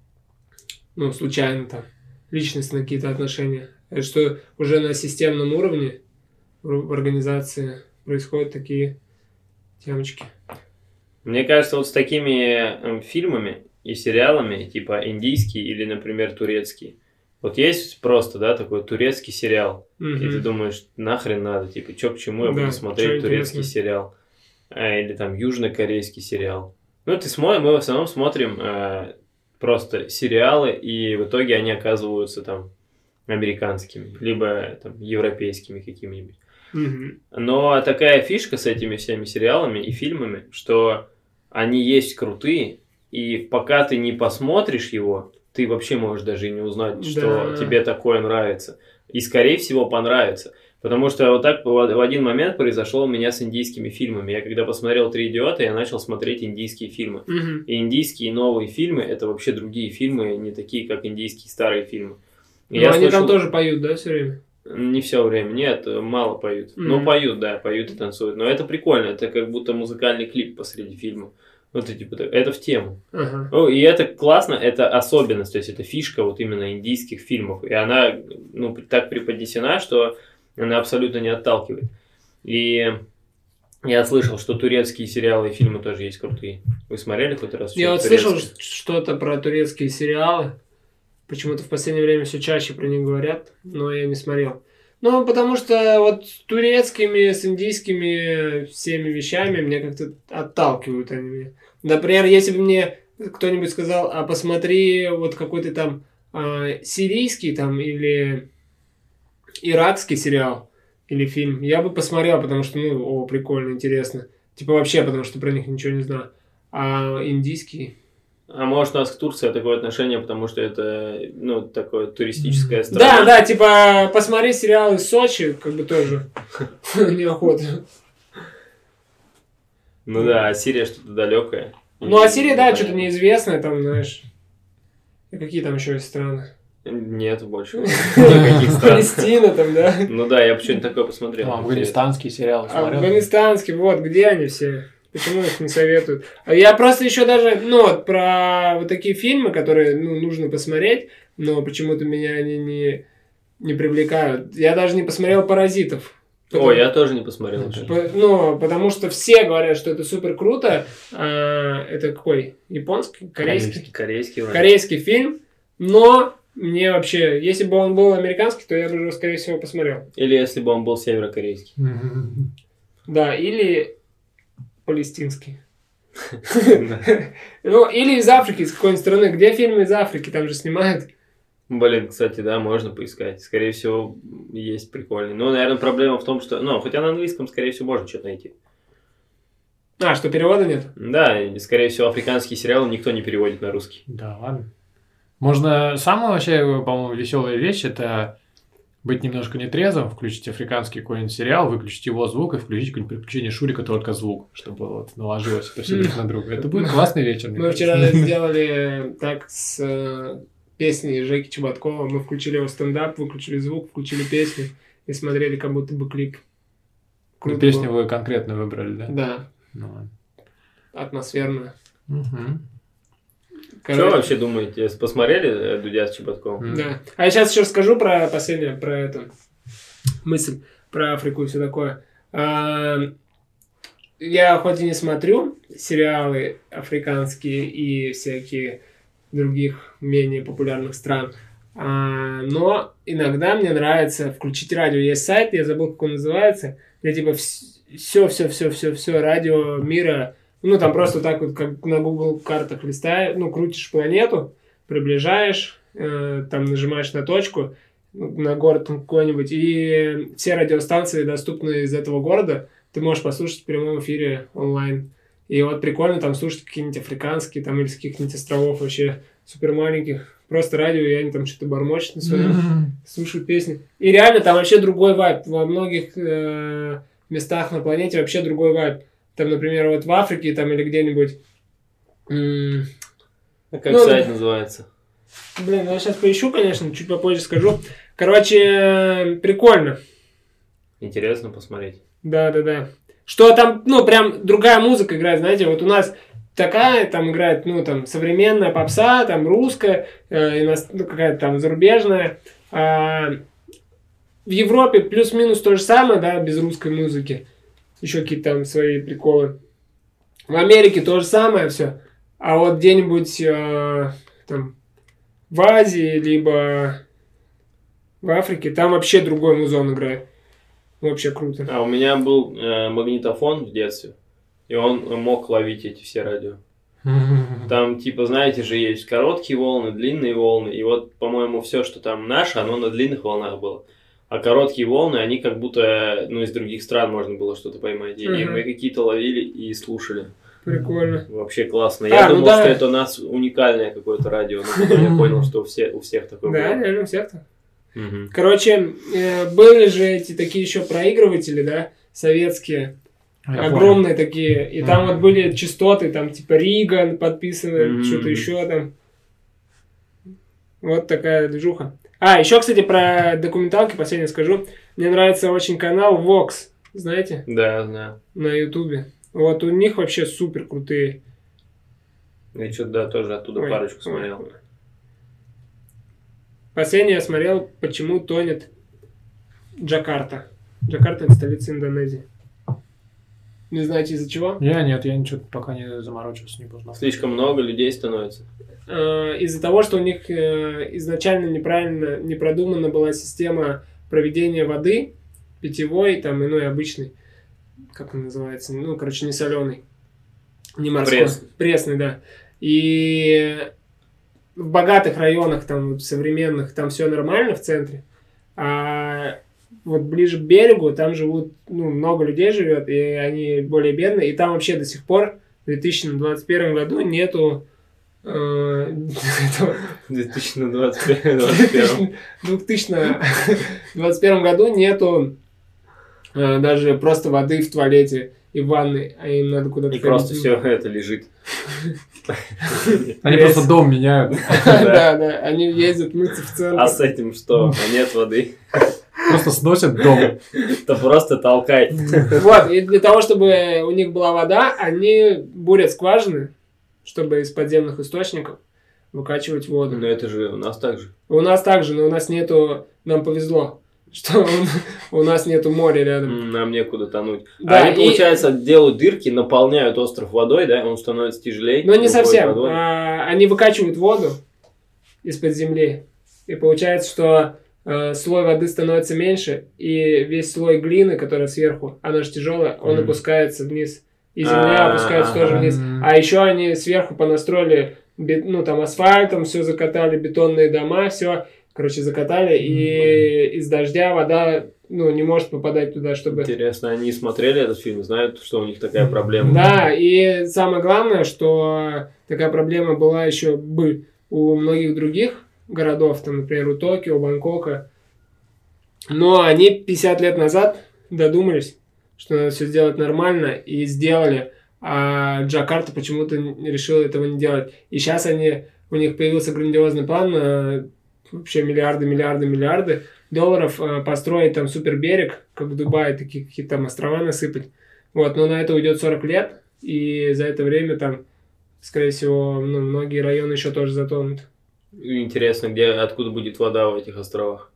ну, случайно там личностные какие-то отношения. Это что уже на системном уровне в в организации происходят такие темочки. Мне кажется, вот с такими э, фильмами и сериалами, типа индийский или, например, турецкий, вот есть просто, да, такой турецкий сериал, и ты Мгм. думаешь, нахрен надо, типа, чё к чему я Да, буду чё смотреть турецкий интересно. сериал, А, или там южнокорейский сериал. Ну, ты смотришь, мы в основном смотрим э, просто сериалы, и в итоге они оказываются там американскими, либо там европейскими какими-нибудь. Мгм. Но такая фишка с этими всеми сериалами и фильмами, что они есть крутые, и пока ты не посмотришь его, ты вообще можешь даже и не узнать, что Да. тебе такое нравится. И, скорее всего, понравится. Потому что вот так в в один момент произошло у меня с индийскими фильмами. Я когда посмотрел «Три идиота», я начал смотреть индийские фильмы. Мгм. И индийские новые фильмы – это вообще другие фильмы, не такие, как индийские старые фильмы. И Но я они там слышал- тоже поют, да, все время? Не все время, нет, мало поют. Ну, Мгм. поют, да, поют и танцуют. Но это прикольно, это как будто музыкальный клип посреди фильма. Вот это, типа, так- это в тему. Ага. Ну, и это классно, это особенность, то есть это фишка вот именно индийских фильмов. И она, ну, так преподнесена, что она абсолютно не отталкивает. И я слышал, что турецкие сериалы и фильмы тоже есть крутые. Вы смотрели хоть раз? Я вот что-то слышал турецкое? что-то про турецкие сериалы. Почему-то в последнее время все чаще про них говорят, но я не смотрел. Ну, потому что вот с турецкими, с индийскими всеми вещами мне как-то отталкивают они меня. Например, если бы мне кто-нибудь сказал, а посмотри вот какой-то там а, сирийский там или иракский сериал или фильм, я бы посмотрел, потому что, ну, о, прикольно, интересно. Типа вообще, потому что про них ничего не знаю. А индийский... А может, у нас к Турции такое отношение, потому что это, ну, такое туристическая страна. Да, да, типа, посмотри сериал из Сочи, как бы тоже неохота. Ну да, а Сирия что-то далекое. Ну, а Сирия, да, Непонятно. что-то неизвестное, там, знаешь. И какие там еще есть страны? Нет, больше. Никаких стран. Палестина там, да? Ну да, я бы что-нибудь такое посмотрел. Афганистанский сериал смотрел. Афганистанский, вот, где они все? Почему их не советуют? Я просто еще даже, ну, вот, про вот такие фильмы, которые, ну, нужно посмотреть, но почему-то меня они не, не привлекают. Я даже не посмотрел «Паразитов». Потому... О, я тоже не посмотрел. По, ну, потому что все говорят, что это супер круто. А, это какой? Японский? Корейский? Корейский. Корейский фильм. Но мне вообще, если бы он был американский, то я бы его, скорее всего, посмотрел. Или если бы он был северокорейский. Да, или палестинский. Ну, или из Африки, из какой-нибудь страны. Где фильмы из Африки? Там же снимают. Блин, кстати, да, можно поискать. Скорее всего, есть прикольный. Но, наверное, проблема в том, что... Ну, хотя на английском, скорее всего, можно что-то найти. А, что перевода нет? Да, и, скорее всего, африканские сериалы никто не переводит на русский. Да, ладно. Можно... Самая вообще, по-моему, веселая вещь — это быть немножко нетрезвым, включить африканский какой-нибудь сериал, выключить его звук и включить какое-нибудь приключение Шурика только звук, чтобы вот наложилось это все друг на друга. Это будет классный вечер. Мы вчера сделали так с песней Жеки Чеботкова. Мы включили его стендап, выключили звук, включили песню и смотрели как будто бы клип. Ну, песню вы конкретно выбрали, да? Да. Ну, атмосферную. Угу. Короче... Что вообще думаете? Посмотрели Дудя с Чеботковым? Да. А я сейчас еще расскажу про последнее, про эту мысль, про Африку и все такое. Я хоть и не смотрю сериалы африканские и всякие других менее популярных стран, но иногда мне нравится включить радио. Есть сайт, я забыл, как он называется, где типа все-все-все-все-все радио мира. Ну, там просто так вот, как на Google картах листаешь, ну, крутишь планету, приближаешь, э, там нажимаешь на точку, на город какой-нибудь, и все радиостанции, доступные из этого города, ты можешь послушать в прямом эфире онлайн. И вот прикольно там слушать какие-нибудь африканские, там, или с каких-нибудь островов вообще супер маленьких. Просто радио, и они там что-то бормочут на своем, mm-hmm. слушают песни. И реально там вообще другой вайб. Во многих э, местах на планете вообще другой вайб. Там, например, вот в Африке там или где-нибудь... М- а как ну, сайт да, называется? Блин, ну я сейчас поищу, конечно, чуть попозже скажу. Короче, прикольно. Интересно посмотреть. Да-да-да. Что там, ну, прям другая музыка играет, знаете, вот у нас такая, там играет, ну, там, современная попса, там, русская, э, ну, какая-то там зарубежная. А в Европе плюс-минус то же самое, да, без русской музыки. Еще какие-то там свои приколы. В Америке то же самое все. А вот где-нибудь э, там в Азии, либо в Африке, там вообще другой музон играет. Вообще круто. А у меня был э, магнитофон в детстве, и он мог ловить эти все радио. Там, типа, знаете же, есть короткие волны, длинные волны, и вот, по-моему, все, что там наше, оно на длинных волнах было. А короткие волны, они как будто, ну, из других стран можно было что-то поймать. И uh-huh. мы какие-то ловили и слушали. Прикольно. Вообще классно. Я а, думал, ну да. что это у нас уникальное какое-то радио, но потом я понял, что у всех, у всех такое было. Да, реально у всех-то. Uh-huh. Короче, э, были же эти такие еще проигрыватели, да, советские, я огромные понял. Такие. И uh-huh. там вот были частоты, там типа Риган подписаны, uh-huh. что-то еще там. Вот такая движуха. А, еще, кстати, про документалки последнее скажу. Мне нравится очень канал Vox, знаете? Да, знаю. На Ютубе. Вот у них вообще супер крутые. Я что-то, да, тоже оттуда ой, парочку смотрел. Ой. Последний я смотрел, почему тонет Джакарта. Джакарта — это столица Индонезии. Не знаете, из-за чего? Я нет, я ничего пока не заморочился, не познал. Слишком много людей становится. Из-за того, что у них изначально неправильно, не продумана была система проведения воды, питьевой, там, иной обычной, как он называется, ну, короче, не соленый, не морской. Пресный. Пресный, да. И в богатых районах, там, современных, там все нормально в центре, а вот ближе к берегу, там живут, ну, много людей живет, и они более бедные, и там вообще до сих пор в две тысячи двадцать первом году нету в две тысячи двадцать первом в две тысячи двадцать первом году нету даже просто воды в туалете. и в ванной, а им надо куда-то И просто все это лежит. Они просто дом меняют. Да, да, они ездят мыться в центр. А с этим что? А нет воды. Просто сносят дом. Это просто толкай. Вот, и для того, чтобы у них была вода, они бурят скважины, чтобы из подземных источников выкачивать воду. Но это же у нас так же. У нас также, но у нас нету, нам повезло, что у нас нету моря рядом. Нам некуда тонуть. Да, они, и- получается, делают дырки, наполняют остров водой, да, он становится тяжелее. Но не уходит совсем. под воду. А, Они выкачивают воду из-под земли. И получается, что э, слой воды становится меньше, и весь слой глины, которая сверху, она же тяжелая, он Мгм. опускается вниз. И земля А, опускается тоже ага. вниз. А еще они сверху понастроили, бе- ну там асфальтом все закатали, бетонные дома, все, короче, закатали, и из дождя вода, ну, не может попадать туда, чтобы... Интересно, они смотрели этот фильм, знают, что у них такая проблема. Да, и самое главное, что такая проблема была еще бы у многих других городов, там, например, у Токио, Бангкока. Но они пятьдесят лет назад додумались, что надо все сделать нормально, и сделали. А Джакарта почему-то не- решила этого не делать. И сейчас они, у них появился грандиозный план на вообще миллиарды, миллиарды, миллиарды долларов э, построить там суперберег, как в Дубае, такие какие-то там острова насыпать. Вот, но на это уйдет сорок лет, и за это время там, скорее всего, ну, многие районы еще тоже затонут. Интересно, где, откуда будет вода в этих островах.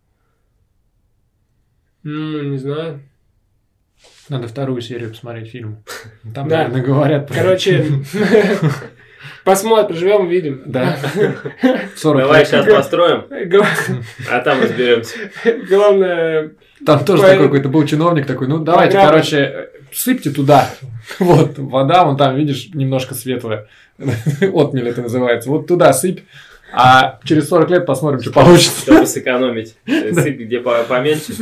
Ну, не знаю. Надо вторую серию посмотреть фильм. Там, Да. наверное, говорят. про- Короче, посмотрим, проживем, увидим. Да. сорок Давай лет. сейчас построим, Гла- а там разберемся. Главное, Там тоже По- такой какой-то был чиновник такой, ну давайте, Программа. короче, сыпьте туда. Вот, вода, вон там, видишь, немножко светлая. Отмель это называется. Вот туда сыпь, а через сорок лет посмотрим, что получится. Чтобы сэкономить. Сыпь где по- поменьше.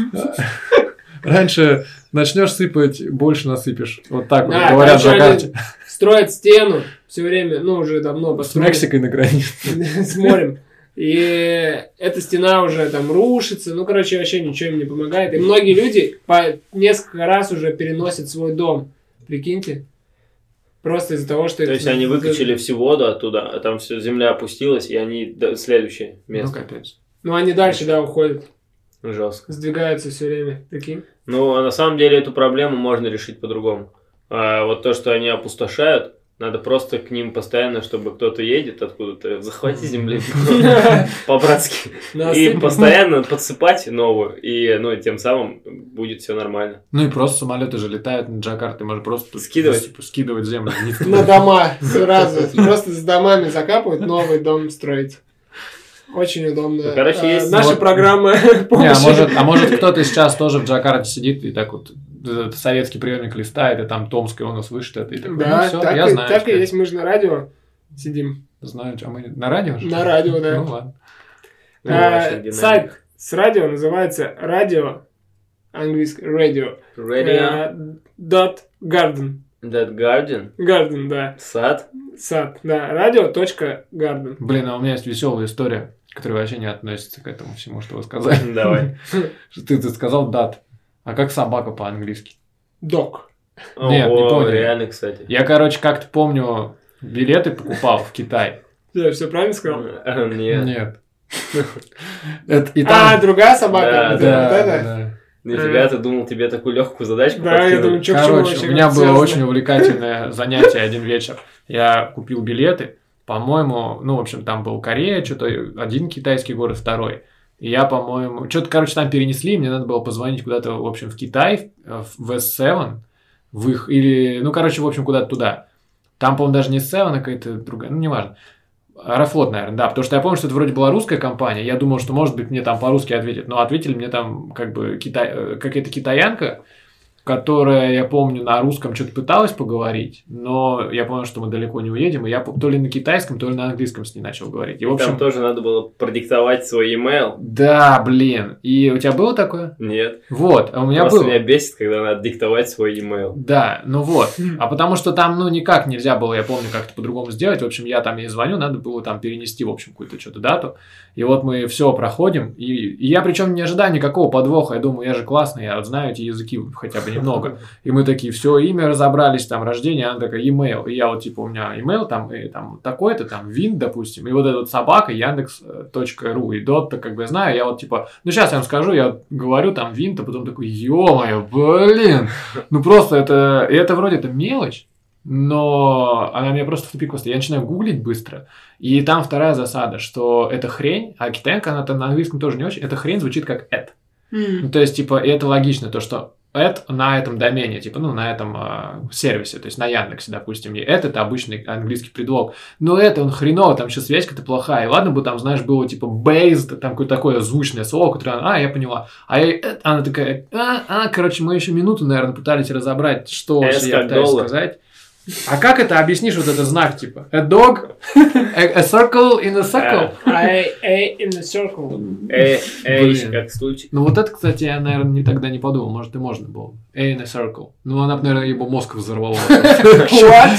Раньше начнешь сыпать, больше насыпешь. Вот так вот Да, говорят короче, на карте. они строят стену все время, ну, уже давно С построили. Мексикой на границе. С морем. И эта стена уже там рушится. Ну, короче, вообще ничего им не помогает. И многие люди по несколько раз уже переносят свой дом. Прикиньте. Просто из-за того, что... То их- есть они выкачали всю воду оттуда, а там все земля опустилась, и они до- следующее Ну, место. капец. Ну, они дальше, да, уходят. Жестко. Сдвигаются все время. Такие. Ну, а на самом деле эту проблему можно решить по-другому. А вот то, что они опустошают, надо просто к ним постоянно, чтобы кто-то едет откуда-то, захвати земли по-братски. И Насыпем. постоянно подсыпать новую, и ну, тем самым будет все нормально. Ну и просто самолеты же летают на Джакарте, можно просто Скидывать. типа, скидывать землю вниз. На дома сразу. Просто с домами закапывают, новый дом строить. Очень удобно. Ну, короче, А, есть Наша вот- программа Не, а помощи. может, а может кто-то сейчас тоже в Джакарте сидит и так вот этот советский приемник листает, и там Томская у нас выше это, и такой, Да, ну все, так, я и, знаю. так и теперь. есть. Мы же на радио сидим. Знаю, а мы на радио же? На радио, да. Ну ладно. Ну, А, ваша динамика. сайт с радио называется радио, английский радио, Radio, dot garden. That Garden, Garden, да. сад. Сад, да. Радио.garden. Блин, а у меня есть веселая история, которая вообще не относится к этому всему, что вы сказали. Давай. Что Ты, ты сказал дат. А как собака по-английски? Док. Нет, не О, понял. реально, кстати. Я, короче, как-то помню, билеты покупал в Китай. Я все правильно сказал? А, Нет. Нет. Это- И А, там... другая собака. Да, Вот Да, это? да, да. Нифига, ты думал, тебе такую легкую задачку Да, я подкинули? думаю, что к чему Короче, вообще у меня как было связано. очень увлекательное занятие один вечер. Я купил билеты, по-моему, ну, в общем, там был Корея, что-то один китайский город, второй. И я, по-моему, что-то, короче, там перенесли, мне надо было позвонить куда-то, в общем, в Китай, в эс семь, в их, или, ну, короче, в общем, куда-то туда. Там, по-моему, даже не эс семь, а какая-то другая, ну, неважно. Аэрофлот, наверное, да, потому что я помню, что это вроде была русская компания, я думал, что, может быть, мне там по-русски ответят, но ответили мне там, как бы, китай... э, какая-то китаянка, которая, я помню, на русском что-то пыталась поговорить, но я понял, что мы далеко не уедем, и я то ли на китайском, то ли на английском с ней начал говорить. И, в общем, Там тоже надо было продиктовать свой e-mail. да, блин. И у тебя было такое? Нет. Вот, а у меня Просто было. меня бесит, когда надо диктовать свой e-mail. Да, ну вот. А потому что там, ну, никак нельзя было, я помню, как-то по-другому сделать. В общем, я там ей звоню, надо было там перенести, в общем, какую-то что-то дату. И вот мы все проходим. И, и я причем не ожидаю никакого подвоха. Я думаю, я же классный, я вот знаю эти языки хотя бы очень много. И мы такие, все, имя разобрались, там, рождение, она такая, e-mail. И я вот, типа, у меня email там, и, там такой-то, там, вин, допустим, и вот эта вот собака, яндекс.ру, и дот-то, как бы, я знаю, я вот, типа, ну, сейчас я вам скажу, я говорю, там, вин-то, потом такой, ё-моё, блин, ну, просто это, и это вроде это мелочь, но она меня просто в тупик поставила. Я начинаю гуглить быстро, и там вторая засада, что это хрень, а китаянка, она там на английском тоже не очень, эта хрень звучит как «эд». Mm. Ну, то есть, типа, и это логично, то, что «эд» на этом домене, типа, ну, на этом э, сервисе, то есть на Яндексе, допустим, и «эд» — это обычный английский предлог. Но это он хреново, там еще связь какая-то плохая. И ладно бы там, знаешь, было типа «based», там какое-то такое звучное слово, которое она, а, я поняла. А я, она такая, а, а, короче, мы еще минуту, наверное, пытались разобрать, что вообще я пытаюсь сказать. А как это объяснишь, вот этот знак, типа? A dog, a, a circle in a circle. A, a in a circle. A, a как стульчик. Ну вот это, кстати, я, наверное, не, тогда не подумал. Может, и можно было. A in a circle. Ну, она бы, наверное, ему мозг взорвала. What?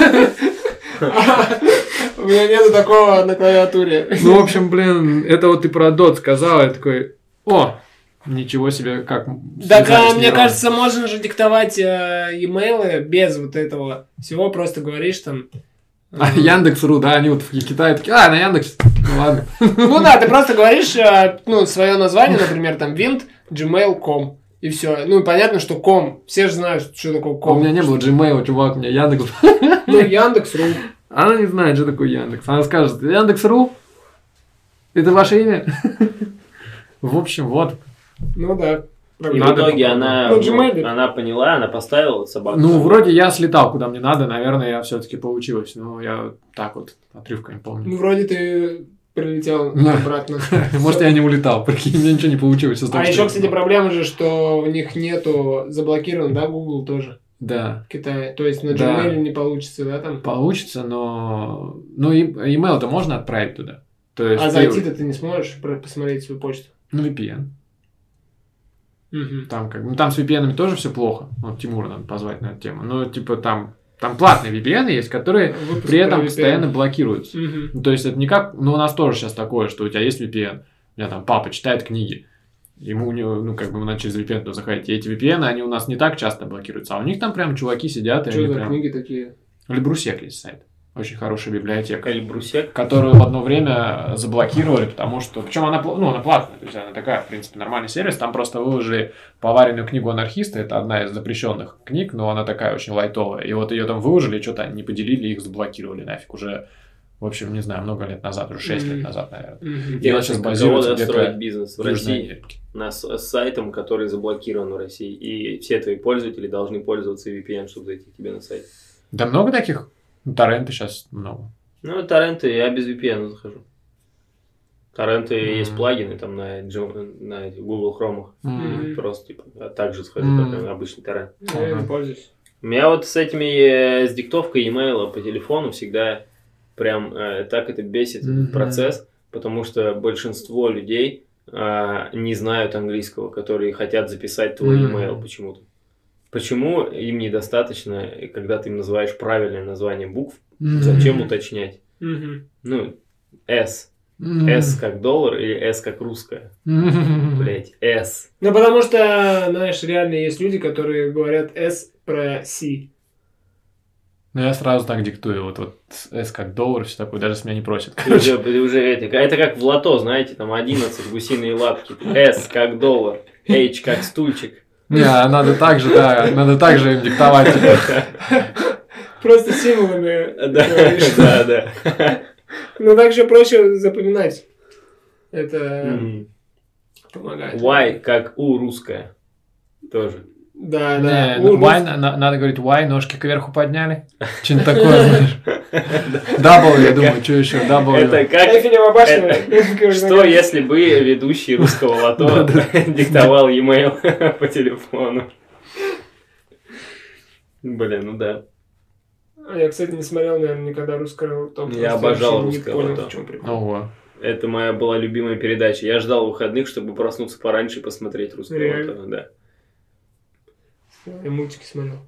У меня нету такого на клавиатуре. Ну, в общем, блин, это вот ты про дот сказал, я такой, о, ничего себе, как... Так, а, мне кажется, можно же диктовать э, имейлы без вот этого всего, просто говоришь там... Э... А Яндекс.ру, да, они вот в Китае такие, а, на Яндекс, ну ладно. Ну да, ты просто говоришь, э, ну, свое название, например, там, винт джимейл точка ком, и все. Ну, понятно, что ком, все же знают, что такое ком. У меня не было Gmail, чувак, у меня Яндекс. Ну, Яндекс.ру. Она не знает, что такое Яндекс. Она скажет, Яндекс.ру? Это ваше имя? В общем, вот. Ну да. И в итоге она, ну, она поняла, она поставила собаку. Ну, вроде я слетал, куда мне надо, наверное, я все-таки получилось. Но я так вот отрывками помню. Ну, вроде ты прилетел обратно. Может, я не улетал, прикинь, у меня ничего не получилось. А еще, кстати, проблема же, что у них нету заблокирован, да, Google тоже. Да. В Китае. То есть на Gmail не получится, да, там? Получится, но... Ну, email-то можно отправить туда. А зайти-то ты не сможешь посмотреть свою почту? Ну, ви пи эн. Угу. Там как, ну там с ви пи эн тоже все плохо. Вот Тимура надо позвать на эту тему. Но типа там, там платные ви пи эн есть, которые Выпуск при этом постоянно блокируются. Угу. Ну, то есть это не как, ну у нас тоже сейчас такое, что у тебя есть ви пи эн. У меня там папа читает книги. Ему, ну, как бы, надо через ви пи эн заходить. И эти ви пи эн, они у нас не так часто блокируются. А у них там прям чуваки сидят. Что за прям... книги такие? Эльбрусек есть сайт. Очень хорошая библиотека. Эльбрусек? Которую в одно время заблокировали, потому что... Причем она, ну, она платная, то есть она такая, в принципе, нормальный сервис. Там просто выложили поваренную книгу анархиста. Это одна из запрещенных книг, но она такая очень лайтовая. И вот ее там выложили, что-то они не поделили, их заблокировали нафиг уже... В общем, не знаю, много лет назад, уже шесть mm-hmm. лет назад, наверное. Mm-hmm. И она сейчас базируется где-то строить бизнес в России на, с сайтом, который заблокирован в России. И все твои пользователи должны пользоваться ви пи эн, чтобы зайти к тебе на сайт. Да много таких? Ну, торренты сейчас много. Ну, торренты я без ви пи эн захожу. Торренты mm-hmm. есть плагины там на, на Google Chrome. Mm-hmm. Просто типа, а также схожу, mm-hmm. как на обычный торрент. Я не пользуюсь. У меня вот с этими, с диктовкой имейла по телефону всегда прям э, так это бесит mm-hmm. процесс, потому что большинство людей э, не знают английского, которые хотят записать твой mm-hmm. имейл почему-то. Почему им недостаточно, когда ты им называешь правильное название букв, mm-hmm. зачем уточнять? Mm-hmm. Ну, S. Mm-hmm. S как доллар или S как русская? Mm-hmm. Блять, S. Ну, потому что, знаешь, реально есть люди, которые говорят S про C. Ну, я сразу так диктую, вот, вот S как доллар, все такое, даже с меня не просят. Ты уже, ты уже эти, это как в лото, знаете, там одиннадцать гусиные лапки. S как доллар, H как стульчик. Не, надо так же, да, надо так же им диктовать. Просто символами. Да, да, да. Ну, так же проще запоминать. Это помогает. Y как U русская. Тоже. Да, да. Не, ну, y, на, надо говорить Y, ножки кверху подняли. Что-нибудь такое, знаешь. W, я думаю, что еще? W. Это как... Эйфелева башня. Что, если бы ведущий русского лото диктовал e-mail по телефону? Блин, ну да. Я, кстати, не смотрел, наверное, никогда русское лото. Я обожал русское лото. Ого. Это моя была любимая передача. Я ждал выходных, чтобы проснуться пораньше и посмотреть русское лото. Да. Я мультики смотрел.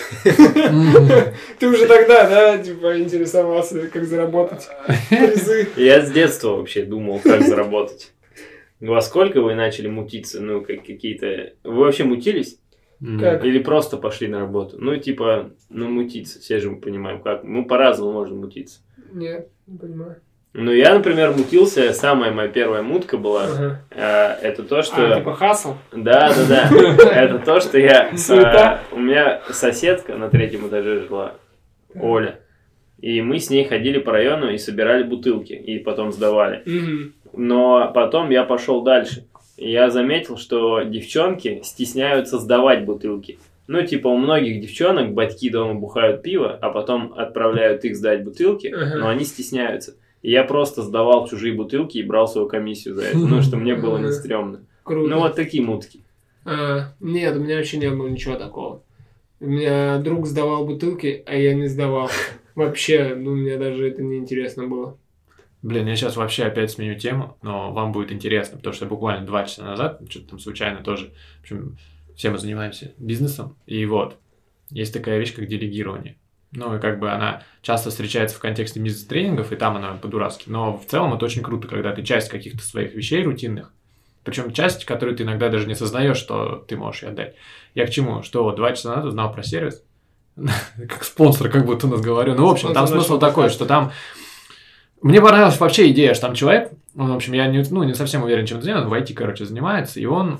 Ты уже тогда, да, типа, интересовался, как заработать призы? Я с детства вообще думал, как заработать. Во сколько вы начали мутиться? Ну, как какие-то... Вы вообще мутились? Как? Или просто пошли на работу. Ну, типа, ну, мутиться. Все же мы понимаем, как. Мы по-разному можем мутиться. Нет, не понимаю. Ну, я, например, мутился. Самая моя первая мутка была. Ага. Э, это то, что... А, типа хасл? Да, да, да. Это то, что я... э, У меня соседка на третьем этаже жила, Оля. И мы с ней ходили по району и собирали бутылки. И потом сдавали. Мгм. Но потом я пошел дальше. И я заметил, что девчонки стесняются сдавать бутылки. Ну, типа, у многих девчонок батьки дома бухают пиво, а потом отправляют их сдать бутылки, Ага. но они стесняются. И я просто сдавал чужие бутылки и брал свою комиссию за это, ну, что мне было не стрёмно. Круто. Ну, вот такие мутки. А, нет, у меня вообще не было ничего такого. У меня друг сдавал бутылки, а я не сдавал. Вообще, ну, мне даже это не интересно было. Блин, я сейчас вообще опять сменю тему, но вам будет интересно, потому что буквально два часа назад, что-то там случайно тоже, в общем, все мы занимаемся бизнесом, и вот, есть такая вещь, как делегирование. Ну, и как бы она часто встречается в контексте бизнес-тренингов, и там она по-дурацки, но в целом это очень круто, когда ты часть каких-то своих вещей рутинных, причем часть, которую ты иногда даже не осознаешь, что ты можешь ей отдать. Я к чему? Что вот два часа назад узнал про сервис, как спонсор, как будто у нас говорю. Ну, в общем, там смысл такой, что там... Мне понравилась вообще идея, что там человек, он, в общем, я не, ну, не совсем уверен, чем это делает, он в ай ти, короче, занимается, и он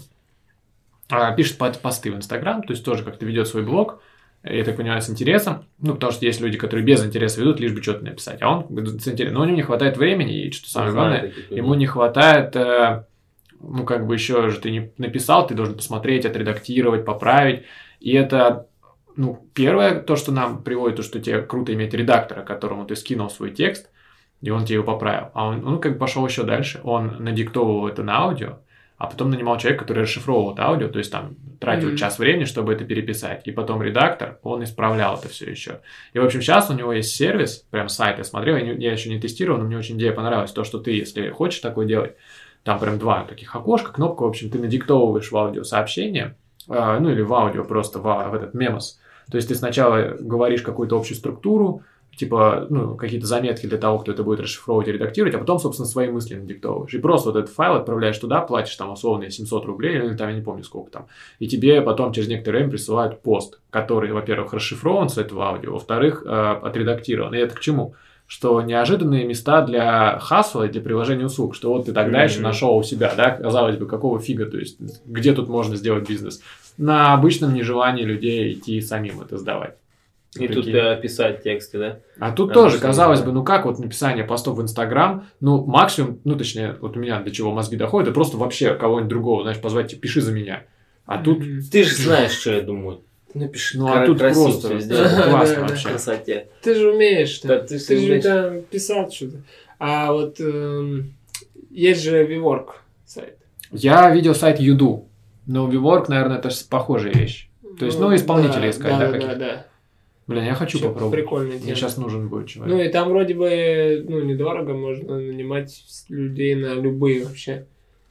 а, пишет посты в Инстаграм, то есть тоже как-то ведет свой блог, я так понимаю, с интересом, ну, потому что есть люди, которые без интереса ведут, лишь бы что-то написать, а он с интересом, но у него не хватает времени, и что самое главное, ему не хватает, э, ну, как бы еще же ты не написал, ты должен посмотреть, отредактировать, поправить, и это... Ну, первое, то, что нам приводит, то, что тебе круто иметь редактора, которому ты скинул свой текст, и он тебе его поправил. А он, он как бы пошел еще дальше. Он надиктовывал это на аудио, а потом нанимал человека, который расшифровывал это аудио, то есть там тратил mm-hmm. час времени, чтобы это переписать. И потом редактор, он исправлял это все еще. И, в общем, сейчас у него есть сервис, прям сайт, я смотрел, я, не, я еще не тестировал, но мне очень идея понравилась. То, что ты, если хочешь такое делать, там прям два таких окошка, кнопка, в общем, ты надиктовываешь в аудио сообщение, э, ну или в аудио просто, в, в этот мемос. То есть ты сначала говоришь какую-то общую структуру, типа, ну, какие-то заметки для того, кто это будет расшифровывать и редактировать, а потом, собственно, свои мысли надиктовываешь. И просто вот этот файл отправляешь туда, платишь там условно семьсот рублей, или там, я не помню сколько там. И тебе потом через некоторое время присылают пост, который, во-первых, расшифрован с этого аудио, во-вторых, э, отредактирован. И это к чему? Что неожиданные места для хасла и для приложения услуг, что вот ты тогда mm-hmm. еще нашел у себя, да, казалось бы, какого фига, то есть где тут можно сделать бизнес? На обычном нежелании людей идти самим это сдавать. И Прикинь. Тут э, писать тексты, да? А тут а тоже, казалось бы, ну как вот написание постов в Инстаграм, ну максимум, ну точнее, вот у меня до чего мозги доходят, это просто вообще кого-нибудь другого, знаешь, позвать, типа, пиши за меня. А тут... Ты же знаешь, что я думаю. Напиши, ну, а тут просто классно вообще. Красоте. Ты же умеешь. Да, ты, ты же там писал что-то. А вот эм, есть же WeWork сайт. Я видел сайт Юду, но WeWork, наверное, это похожая вещь. То есть, ну, ну исполнителей да, искать, да, да, да, да. Блин, я хочу Вообще попробовать. Прикольная тема. Мне сейчас нужен будет человек. Ну и там вроде бы, ну, недорого, можно нанимать людей на любые вообще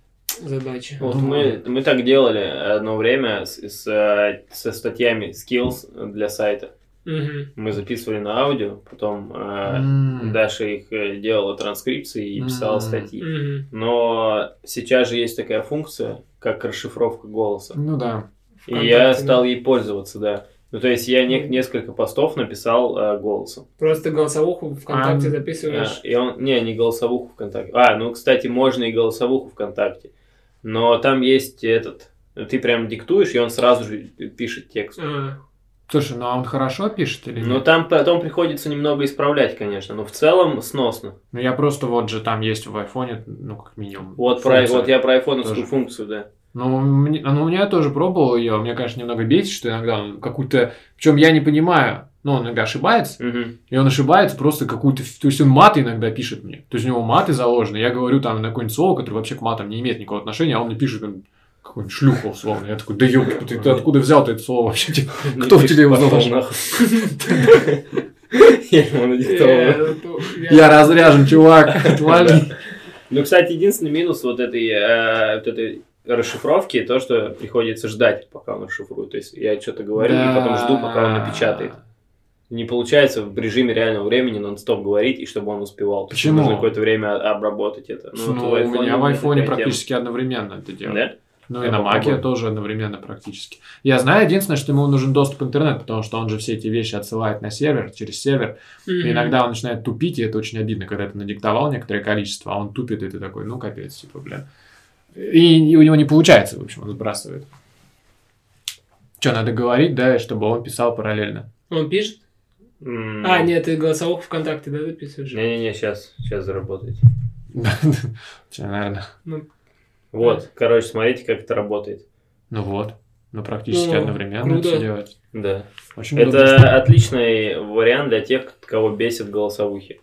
задачи. Вот мы, мы так делали одно время с, с, со статьями skills для сайта. Угу. Мы записывали на аудио, потом э, Mm. Даша их делала транскрипции и писала Mm. статьи. Угу. Но сейчас же есть такая функция, как расшифровка голоса. Ну да. И ВКонтакте, я стал да. ей пользоваться, да. Ну, то есть я не, несколько постов написал э, голосом. Просто голосовуху ВКонтакте А, записываешь. А, и он, не, не голосовуху ВКонтакте. А, ну, кстати, можно и голосовуху ВКонтакте. Но там есть этот... Ты прям диктуешь, и он сразу же пишет текст. А. Слушай, ну а он хорошо пишет или нет? Ну, там потом приходится немного исправлять, конечно. Но в целом сносно. Ну я просто вот же там есть в айфоне, ну как минимум. Вот, про, функция. вот я про айфоновскую Тоже. функцию, да. Ну, мне, ну, я тоже пробовал ее. Мне, конечно, немного бесит, что иногда он какую-то... Причем я не понимаю. Ну, он иногда ошибается. Угу. И он ошибается просто какую-то... То есть он маты иногда пишет мне. То есть у него маты заложены. Я говорю там на какое-нибудь слово, которое вообще к матам не имеет никакого отношения, а он мне пишет какой-нибудь шлюха условно. Я такой, да ёб, ты, ты откуда взял это слово вообще? Кто в тебе его заложил? Я ему надиктовал. Я разряжен, чувак. Отвали. Ну, кстати, единственный минус вот этой, э, вот этой расшифровки то, что приходится ждать, пока он расшифрует. То есть я что-то говорю да. и потом жду, пока он напечатает. Не получается в режиме реального времени нон-стоп говорить, и чтобы он успевал. Почему? Нужно какое-то время обработать это. Ну, ну у меня в айфоне практически тема. Одновременно это делает. Да? Ну и на Маке тоже одновременно практически. Я знаю, единственное, что ему нужен доступ к интернету, потому что он же все эти вещи отсылает на сервер, через сервер. Mm-hmm. И иногда он начинает тупить, и это очень обидно, когда ты надиктовал некоторое количество, а он тупит, и ты такой, ну капец, типа, блин. И, и у него не получается, в общем, он сбрасывает. Что, надо говорить, да, чтобы он писал параллельно. Он пишет? Mm. А, нет, ты голосовуху ВКонтакте, да, записываешь? Не-не-не, сейчас, сейчас заработаете. Наверное. Вот, короче, смотрите, как это работает. Ну вот, ну практически одновременно все делать. Да. Это отличный вариант для тех, кого бесит голосовухи.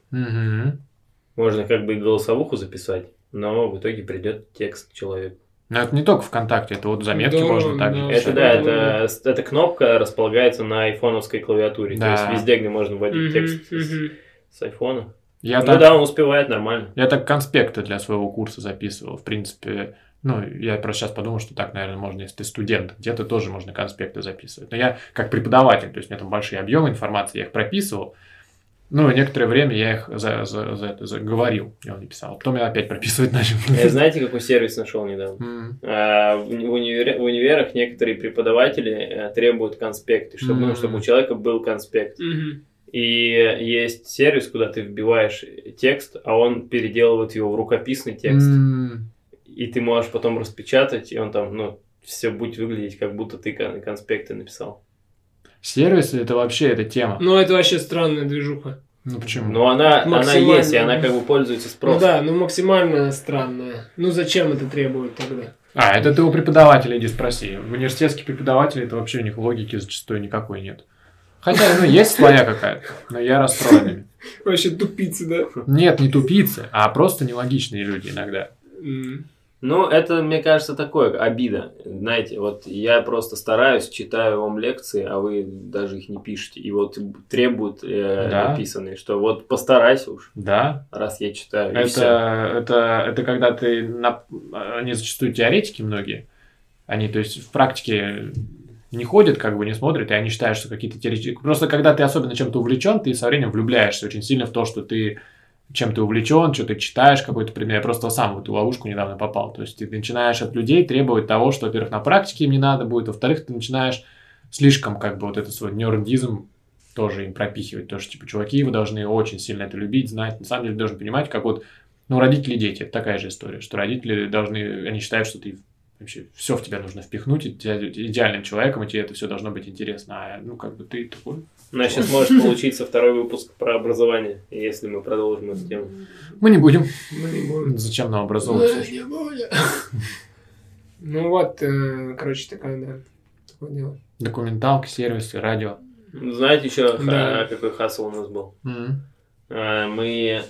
Можно как бы и голосовуху записать, но в итоге придет текст человеку. Но это не только ВКонтакте, это вот заметки да, можно так да, же. Это да, это, эта кнопка располагается на айфоновской клавиатуре. Да. То есть везде, где можно вводить mm-hmm, текст mm-hmm. с, с айфона. Я ну так, да, он успевает нормально. Я так конспекты для своего курса записывал. В принципе, ну, я просто сейчас подумал, что так, наверное, можно, если ты студент, где-то тоже можно конспекты записывать. Но я как преподаватель, то есть у меня там большие объемы информации, я их прописывал. Ну, некоторое время я их за, за, за это за, говорил, я не писал. Потом я опять прописывать начал. Я знаете, какой сервис нашел недавно? Mm. А, в, универ, в универах некоторые преподаватели требуют конспекты, чтобы, mm. ну, чтобы у человека был конспект. Mm-hmm. И есть сервис, куда ты вбиваешь текст, а он переделывает его в рукописный текст. Mm. И ты можешь потом распечатать, и он там, ну, все будет выглядеть, как будто ты конспекты написал. Сервисы это вообще эта тема. Ну, это вообще странная движуха. Ну почему? Ну, она, она есть, и она как бы пользуется спросом. Ну да, ну максимально странная. Ну зачем это требует тогда? А, это ты у преподавателя иди спроси. В университетских преподавателей это вообще у них логики зачастую никакой нет. Хотя, ну, есть своя какая-то, но я расстроен. Вообще тупицы, да? Нет, не тупицы, а просто нелогичные люди иногда. Ну, это, мне кажется, такое, обида. Знаете, вот я просто стараюсь, читаю вам лекции, а вы даже их не пишете. И вот требуют э, да. написанные, что вот постарайся уж, да. раз я читаю. Это, это, это когда ты... На... Они зачастую теоретики многие. Они, то есть, в практике не ходят, как бы не смотрят, и они считают, что какие-то теоретики... Просто когда ты особенно чем-то увлечен, ты со временем влюбляешься очень сильно в то, что ты... чем ты увлечен, что ты читаешь какой-то предмет. Я просто сам в эту ловушку недавно попал. То есть ты начинаешь от людей требовать того, что, во-первых, на практике им не надо будет, во-вторых, ты начинаешь слишком как бы вот этот свой нердизм тоже им пропихивать. То, что типа чуваки, вы должны очень сильно это любить, знать. На самом деле, ты должен понимать, как вот, ну, родители и дети, это такая же история, что родители должны, они считают, что ты вообще все в тебя нужно впихнуть, и тебя идеальным человеком, и тебе это все должно быть интересно. А, ну, как бы ты такой... У нас сейчас может получиться второй выпуск про образование, если мы продолжим эту тему. Мы не будем. Мы не будем. Зачем нам образовываться? Мы не будем. Ну вот, короче, такая, да, такое дело. Документалки, сервисы, радио. Знаете еще, да. какой хасл у нас был? Mm-hmm. Мы...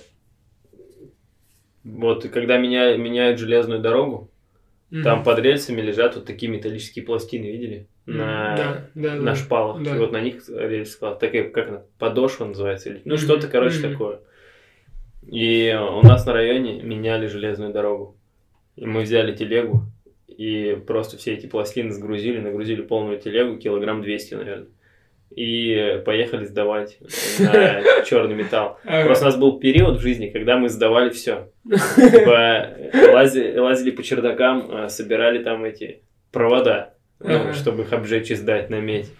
Вот, когда меня, меняют железную дорогу, mm-hmm. там под рельсами лежат вот такие металлические пластины, видели? На, да, да, на да, шпалах. Да. И вот на них рельс клад. Такая, как она, подошва называется. Или, ну, mm-hmm. что-то, короче, mm-hmm. такое. И у нас на районе меняли железную дорогу. И мы взяли телегу, и просто все эти пластины сгрузили, нагрузили полную телегу, килограмм двести, наверное. И поехали сдавать на черный металл. Просто у нас был период в жизни, когда мы сдавали все. Лазили, лазили по чердакам, собирали там эти провода. Ну, чтобы их обжечь и сдать на медь.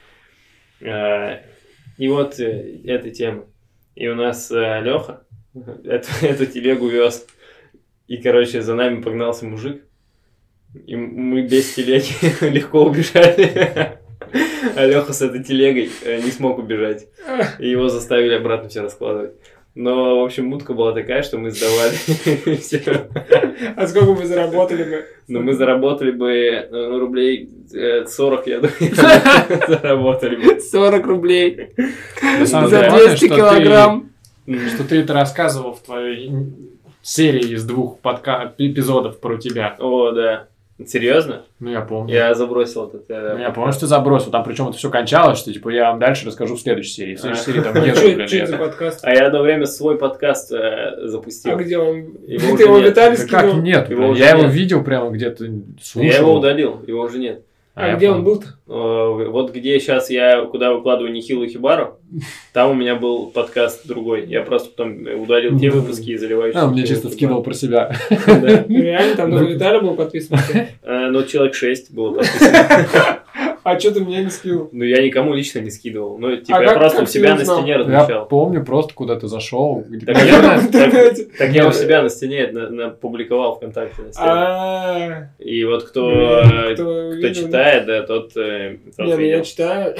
И вот эта тема. И у нас Леха эту, эту телегу вез. И, короче, за нами погнался мужик. И мы без телеги легко убежали. А Леха с этой телегой не смог убежать. И его заставили обратно все раскладывать. Но, в общем, мутка была такая, что мы сдавали все. А сколько мы заработали бы? Ну, мы заработали бы ну, рублей сорок, я думаю, заработали бы. сорок рублей. За двести килограмм. Что ты это рассказывал в твоей серии из двух эпизодов про тебя. О, да. Серьезно? Ну, я помню. Я забросил этот... Ну, я помню, что ты забросил. Там причем это все кончалось, что типа я вам дальше расскажу в следующей серии. В следующей серии там нет. Что это за подкаст? А я одно время свой подкаст запустил. А где он? Ты его Виталий скинул? Как нет? Я его видел прямо где-то, слушал. Я его удалил, его уже нет. А, а где он был-то? Вот где сейчас я, куда выкладываю Нихилу Хибару, там у меня был подкаст другой. Я просто потом удалил те выпуски и заливаю. А, мне чисто скидывал про себя. Реально, там на Виталия был подписан? Ну, человек шесть было подписано. А что ты меня не скинул? Ну, я никому лично не скидывал. Ну, типа, а я как, просто как у себя на стене размещал. Я помню, просто куда ты зашел. Так, я, так, так я у себя на стене на, на, публиковал ВКонтакте на стене. И вот кто, кто, кто читает, да, тот, тот не, я читаю.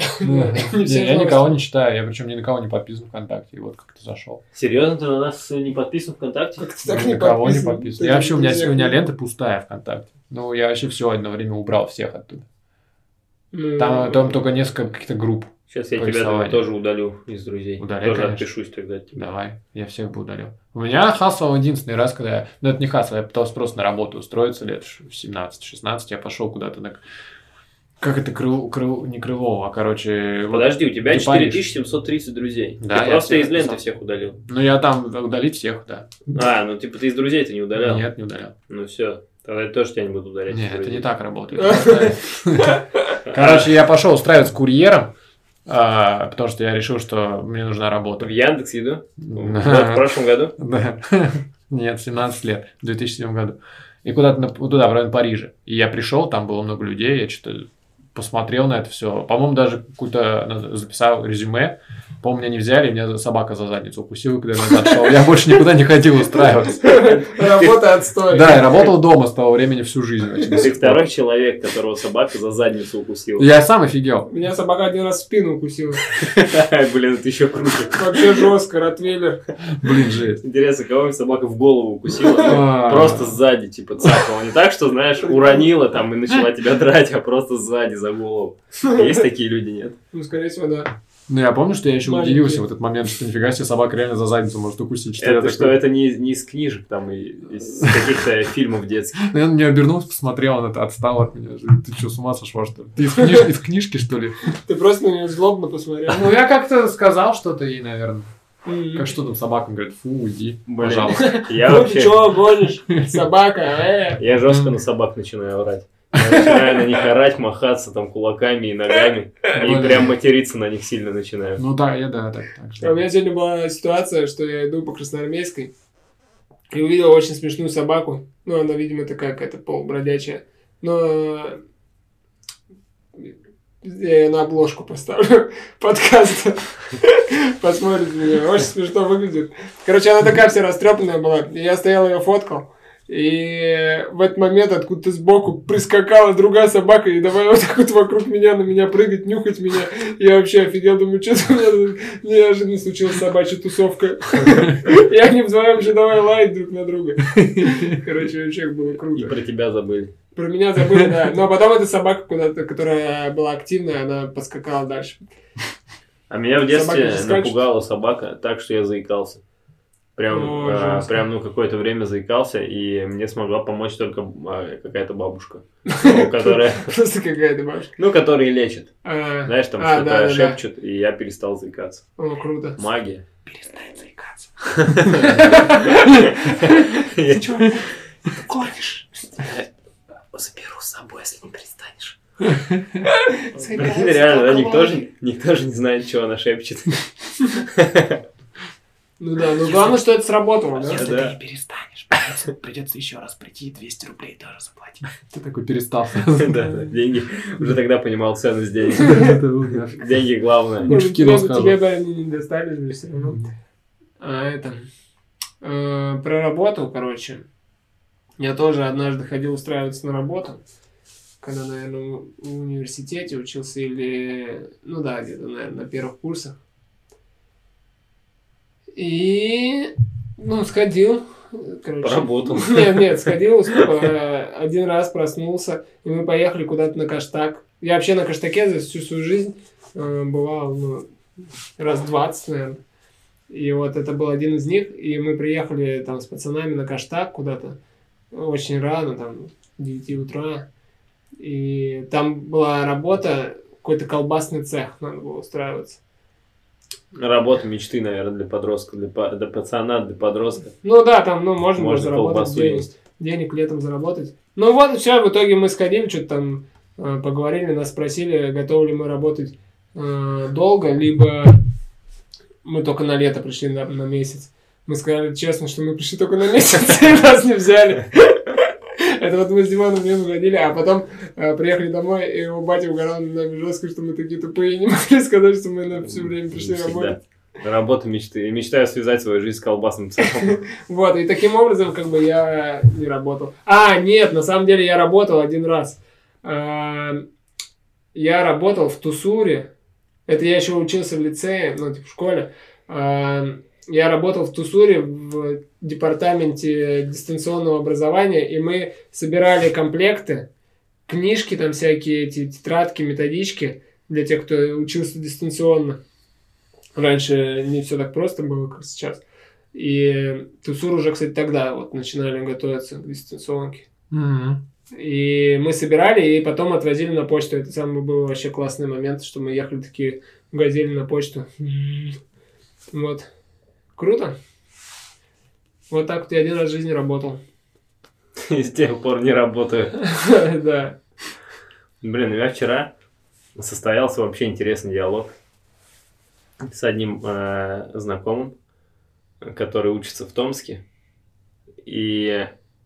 Я никого не читаю, я причем ни на кого не подписан ВКонтакте. И вот как ты зашел. Серьезно, ты на нас не подписан ВКонтакте? Как ты так ни на кого не подписан. Я вообще, у меня, у меня лента пустая ВКонтакте. Ну, я вообще все одно время убрал всех оттуда. Ну, там, там только несколько каких-то групп. Сейчас я тебя тоже удалю из друзей. Удаляй, тоже конечно. отпишусь тогда от тебя. Давай, я всех бы удалил. У меня хасл единственный раз, когда я... Ну, это не хасл, я пытался просто на работу устроиться лет в семнадцать-шестнадцать. Я пошел куда-то на... Как это крыло, крыло, не крыло, а короче... Подожди, у тебя четыре тысячи семьсот тридцать друзей. Да, ты просто из ленты всех удалил. Ну, я там удалить всех, да. А, ну типа ты из друзей ты не удалял? Нет, не удалял. Ну все, тогда я тоже тебя не буду удалять. Нет, это не так работает. Короче, я пошел устраиваться курьером, а, потому что я решил, что мне нужна работа. В Яндекс.Еду? В прошлом году? Да. Нет, семнадцать лет, в две тысячи седьмом году. И куда-то туда, в район Парижа. И я пришел, там было много людей, я что-то посмотрел на это все. По-моему, даже какую-то записал резюме. По-моему, меня не взяли, меня собака за задницу укусила, когда я назад шел. Я больше никуда не хотел устраиваться. Работа отстой. Да, я работал дома с того времени всю жизнь. Ты второй человек, которого собака за задницу укусила. Я сам офигел. Меня собака один раз в спину укусила. Блин, это еще круче. Вообще жестко, ротвейлер. Блин, жесть. Интересно, кого собака в голову укусила? Просто сзади, типа, цапала. Не так, что, знаешь, уронила там и начала тебя драть, а просто сзади за голову. Есть такие люди, нет? Ну, скорее всего, да. Ну, я помню, что я еще Маленький. удивился в этот момент, что нифига себе собака реально за задницу может укусить. Что это что, это не, не из книжек, там, и из каких-то фильмов детских. Ну, я не обернулся, посмотрел, он это отстал от меня. Ты что, с ума сошла, что ли? Ты из, книж... из книжки, что ли? Ты просто на нее злобно посмотрел. Ну, я как-то сказал что-то ей, наверное. Mm-hmm. Как что там собакам говорит, фу, уйди, Блин, пожалуйста. Я ну, вообще... ты чего гонишь? Собака, э. Я жестко на собак начинаю орать. Я начинаю на них орать, махаться там кулаками и ногами. И прям материться на них сильно начинаю. Ну да, я да, так. так что... У меня сегодня была ситуация, что я иду по Красноармейской и увидел очень смешную собаку. Ну, она, видимо, такая какая-то полубродячая. Но я ее на обложку поставлю подкаста. Посмотрите меня. Очень смешно выглядит. Короче, она такая вся растрепанная была. Я стоял, ее фоткал. И в этот момент откуда-то сбоку прискакала другая собака и давай вот так вот вокруг меня, на меня прыгать, нюхать меня. Я вообще офигел, думаю, что-то у меня неожиданно случилась собачья тусовка. И они вдвоем же давай лаять друг на друга. Короче, вообще было круто. И про тебя забыли. Про меня забыли, да. Но потом эта собака, куда-то, которая была активная, она поскакала дальше. А меня в детстве напугала собака так, что я заикался. Прям, О, а, прям, ну, какое-то время заикался, и мне смогла помочь только а, какая-то бабушка, которая... Просто какая-то бабушка. Ну, которые лечат. Знаешь, там что-то шепчут, и я перестал заикаться. О, круто. Магия. Перестань заикаться. Ты что? Ты гонишь? Заберу с собой, если не перестанешь. Прикинь, реально, никто же не знает, что она шепчет. Ну да, ну главное, что это сработало, да? Если да. ты не перестанешь, придется, придется еще раз прийти и двести рублей тоже заплатить. Ты такой перестал. Да, деньги. Уже тогда понимал ценность денег. Деньги главное. Лучше в кино скажу. Тебе, да, не достали же все равно. А это... Проработал, короче. Я тоже однажды ходил устраиваться на работу. Когда, наверное, в университете учился или... Ну да, где-то, наверное, на первых курсах. И, ну, сходил, короче. Поработал. Нет, нет, сходил, один раз проснулся, и мы поехали куда-то на Каштаг. Я вообще на Каштаке за всю свою жизнь бывал, ну, раз двадцать, наверное. И вот это был один из них, и мы приехали там с пацанами на Каштаг куда-то, очень рано, там, в девять утра. И там была работа, какой-то колбасный цех, надо было устраиваться. Работа мечты, наверное, для подростка, для, для пацана, для подростка. Ну да, там, ну, можно, можно заработать денег, есть. денег летом заработать. Ну вот, все, в итоге мы сходили, что-то там э, поговорили, нас спросили, готовы ли мы работать э, долго, либо мы только на лето пришли на, на месяц. Мы сказали честно, что мы пришли только на месяц, и нас не взяли. Это вот мы с Диманом не угодили, а потом э, приехали домой, и его батя угорал на нами жестко, что мы такие тупые, и не могли сказать, что мы на все время пришли работать. Работа мечты. Мечтаю связать свою жизнь с колбасным цехом. Вот, и таким образом, как бы, я не работал. А, нет, на самом деле я работал один раз. Я работал в Тусуре. Это я еще учился в лицее, ну, типа в школе. Я работал в Тусуре в департаменте дистанционного образования, и мы собирали комплекты, книжки там всякие, эти тетрадки, методички для тех, кто учился дистанционно. Раньше не все так просто было, как сейчас. И Тусур уже, кстати, тогда вот начинали готовиться к дистанционке. Mm-hmm. И мы собирали, и потом отвозили на почту. Это самый был вообще классный момент, что мы ехали такие, газели на почту. Вот. Круто. Вот так вот я один раз в жизни работал. И с тех пор не работаю. Да. Блин, у меня вчера состоялся вообще интересный диалог с одним э, знакомым, который учится в Томске. И э,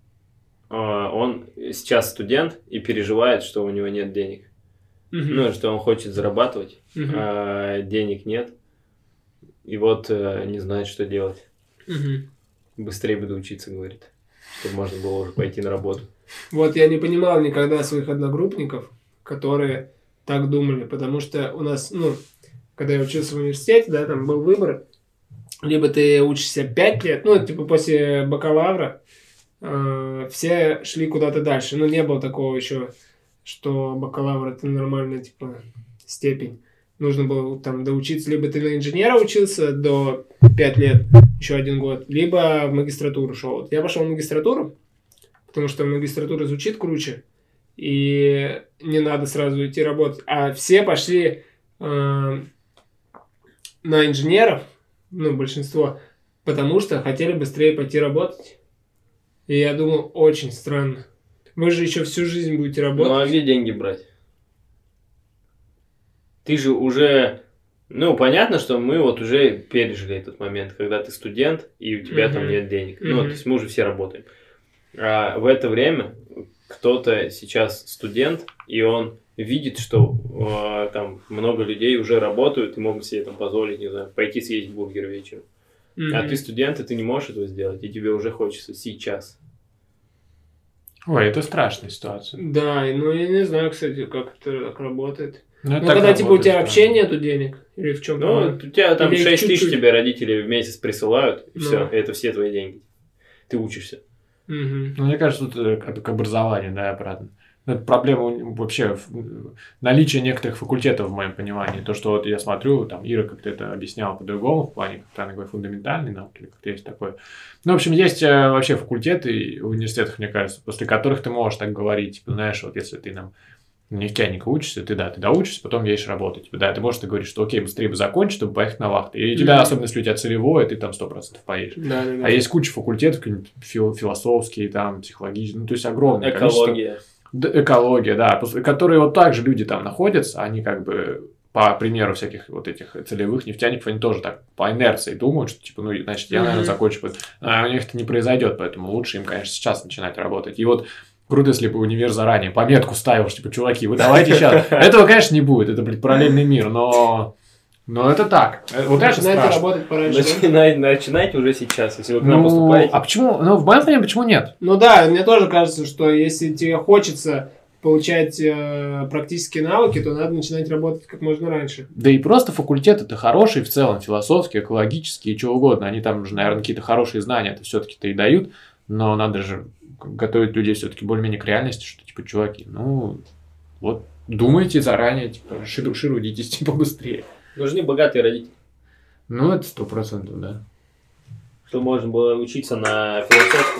он сейчас студент и переживает, что у него нет денег. Uh-huh. Ну, что он хочет зарабатывать, uh-huh. а денег нет. И вот э, не знает, что делать. Uh-huh. Быстрее буду учиться, говорит, чтобы можно было уже пойти на работу. Вот я не понимал никогда своих одногруппников, которые так думали, потому что у нас, ну, когда я учился в университете, да, там был выбор, либо ты учишься пять лет, ну, типа после бакалавра, э, все шли куда-то дальше. Ну, не было такого еще, что бакалавр это нормальная, типа, степень. Нужно было там доучиться, либо ты на инженера учился до пять лет, еще один год, либо в магистратуру шел. Вот я пошел в магистратуру, потому что магистратура звучит круче, и не надо сразу идти работать. А все пошли э, на инженеров, ну, большинство, потому что хотели быстрее пойти работать. И я думал, очень странно. Вы же еще всю жизнь будете работать. Ну, а где деньги брать? Ты же уже... Ну, понятно, что мы вот уже пережили этот момент, когда ты студент, и у тебя uh-huh. там нет денег. Uh-huh. Ну, то есть мы уже все работаем. А в это время кто-то сейчас студент, и он видит, что э, там много людей уже работают и могут себе там позволить, не знаю, пойти съесть бургер вечером. Uh-huh. А ты студент, и ты не можешь этого сделать, и тебе уже хочется сейчас. Ой, это страшная ситуация. Да, ну я не знаю, кстати, как это так работает. Ну, ну когда типа у тебя вообще нету денег? Или в чем? Ну, у тебя там или шесть тысяч тебе родители в месяц присылают, и ну. все, и это все твои деньги. Ты учишься. Угу. Ну, мне кажется, это как к образованию, да, обратно. Это проблема вообще наличия некоторых факультетов в моем понимании. То, что вот я смотрю, там Ира как-то это объясняла по-другому, в плане, как-то она говорит, фундаментальной науки, или как-то есть такое. Ну, в общем, есть вообще факультеты в университетах, мне кажется, после которых ты можешь так говорить. Типа, знаешь, вот если ты нам нефтяника учишься, ты, да, ты доучишься, потом едешь работать. Типа, да, ты можешь так говорить, что окей, быстрее бы закончить, чтобы поехать на вахту. И у тебя, mm-hmm. особенно если у тебя целевое, ты там сто процентов поедешь. Да, да, да. А есть куча факультетов, какие-нибудь фил- философские, там, психологические, ну, то есть огромное Экология. количество. Экология, да, которые вот так же люди там находятся, они как бы, по примеру всяких вот этих целевых нефтяников, они тоже так по инерции думают, что типа, ну, значит, я, наверное, закончу. А у них это не произойдет, поэтому лучше им, конечно, сейчас начинать работать. И вот круто, если бы универ заранее пометку ставил, что, типа, чуваки, вы давайте сейчас. Этого, конечно, не будет, это, блин, параллельный мир, но... Но это так. Вот это начинайте работать пораньше. Начинайте, да? начинайте уже сейчас, если вы к нам ну, поступаете. А почему? Ну, в моем понимании, почему нет? Ну да, мне тоже кажется, что если тебе хочется получать э, практические навыки, то надо начинать работать как можно раньше. Да и просто факультет это хороший в целом, философский, экологический и чего угодно. Они там уже, наверное, какие-то хорошие знания это все-таки-то и дают, но надо же готовить людей все-таки более-менее к реальности, что типа, чуваки, ну, вот думайте заранее, типа, ширудитесь, типа, быстрее. Нужны богатые родители. Ну, это сто процентов, да. Чтобы можно было учиться на философском.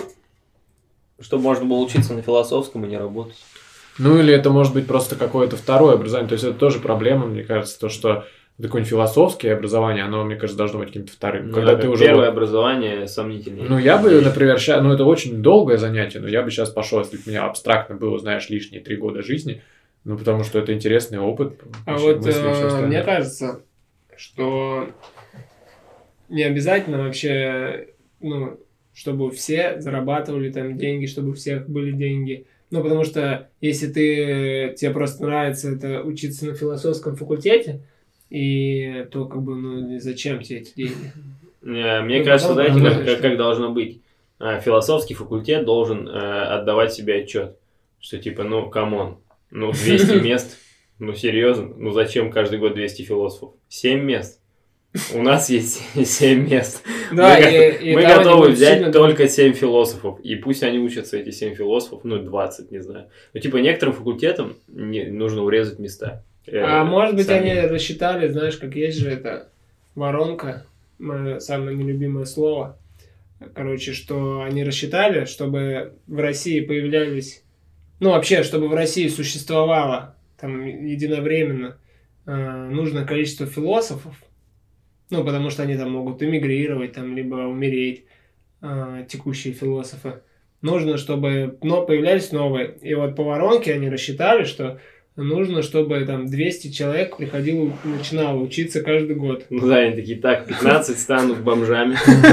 Чтобы можно было учиться на философском и не работать. Ну, или это может быть просто какое-то второе образование. То есть, это тоже проблема, мне кажется, то, что такое философское образование, оно, мне кажется, должно быть каким-то вторым. Ну, когда да, ты уже первое вот... образование сомнительное. Ну, я бы, например, ща... ну, это очень долгое занятие, но я бы сейчас пошел, если бы у меня абстрактно было, знаешь, лишние три года жизни, Ну, потому что это интересный опыт. А вот э, мне кажется, что не обязательно вообще, ну, чтобы все зарабатывали там деньги, чтобы у всех были деньги. Ну, потому что если ты, тебе просто нравится это учиться на философском факультете, и то как бы, ну, зачем тебе эти деньги? Мне ну, кажется, знаете, как, как, как должно быть. Философский факультет должен э, отдавать себе отчет, что типа, ну, камон, ну, двести мест, ну, серьезно, ну, зачем каждый год двести философов? семь мест. У нас есть семь мест. Да, мы и, и мы готовы взять только семь философов. И пусть они учатся, эти семь философов, ну, двадцать, не знаю. Ну, типа, некоторым факультетам не, нужно урезать места. А э, может быть, сами. Они рассчитали, знаешь, как есть же эта воронка, мое самое нелюбимое слово. Короче, что они рассчитали, чтобы в России появлялись... Ну, вообще, чтобы в России существовало там единовременно э, нужное количество философов, ну, потому что они там могут эмигрировать, там, либо умереть, э, текущие философы. Нужно, чтобы но появлялись новые. И вот по воронке они рассчитали, что нужно, чтобы там двести человек приходило, начинало учиться каждый год. Ну да, они такие, так, пятнадцать станут бомжами,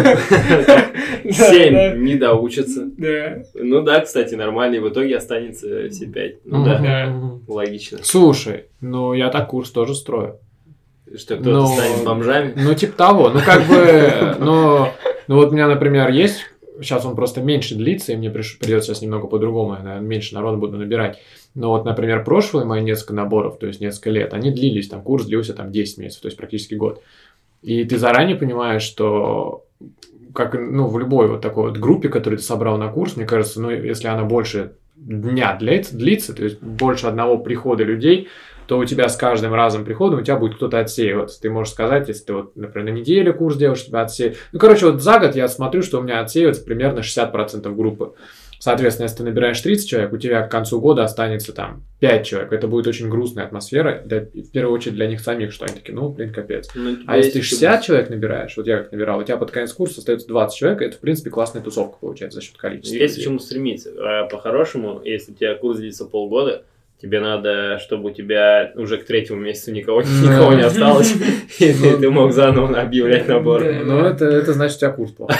семь не доучатся. Ну да, кстати, нормально, и в итоге останется все пять. Ну да, логично. Слушай, ну я так курс тоже строю. Что кто-то станет бомжами? Ну типа того, ну как бы, ну вот у меня, например, есть... Сейчас он просто меньше длится, и мне придется сейчас немного по-другому, наверное, меньше народа буду набирать. Но вот, например, прошлые мои несколько наборов, то есть несколько лет, они длились, там курс длился там десять месяцев, то есть практически год. И ты заранее понимаешь, что как, ну, в любой вот такой вот группе, которую ты собрал на курс, мне кажется, ну, если она больше дня длится, длится, то есть больше одного прихода людей, то у тебя с каждым разом приходом у тебя будет кто-то отсеиваться. Ты можешь сказать, если ты, вот, например, на неделю курс делаешь, тебя отсеивают. Ну, короче, вот за год я смотрю, что у меня отсеивается примерно шестьдесят процентов группы. Соответственно, если ты набираешь тридцать человек, у тебя к концу года останется там пять человек. Это будет очень грустная атмосфера, для, в первую очередь для них самих, что они такие, ну, блин, капец. Ну, а если ты шестьдесят человек набираешь, вот я как набирал, у тебя под конец курса остается двадцать человек, это, в принципе, классная тусовка получается за счет количества. Есть к чему стремиться. А по-хорошему, если у тебя курс длится полгода, тебе надо, чтобы у тебя уже к третьему месяцу никого, никого не осталось, и ты мог заново объявлять набор. Ну, это значит, у тебя курс плохой.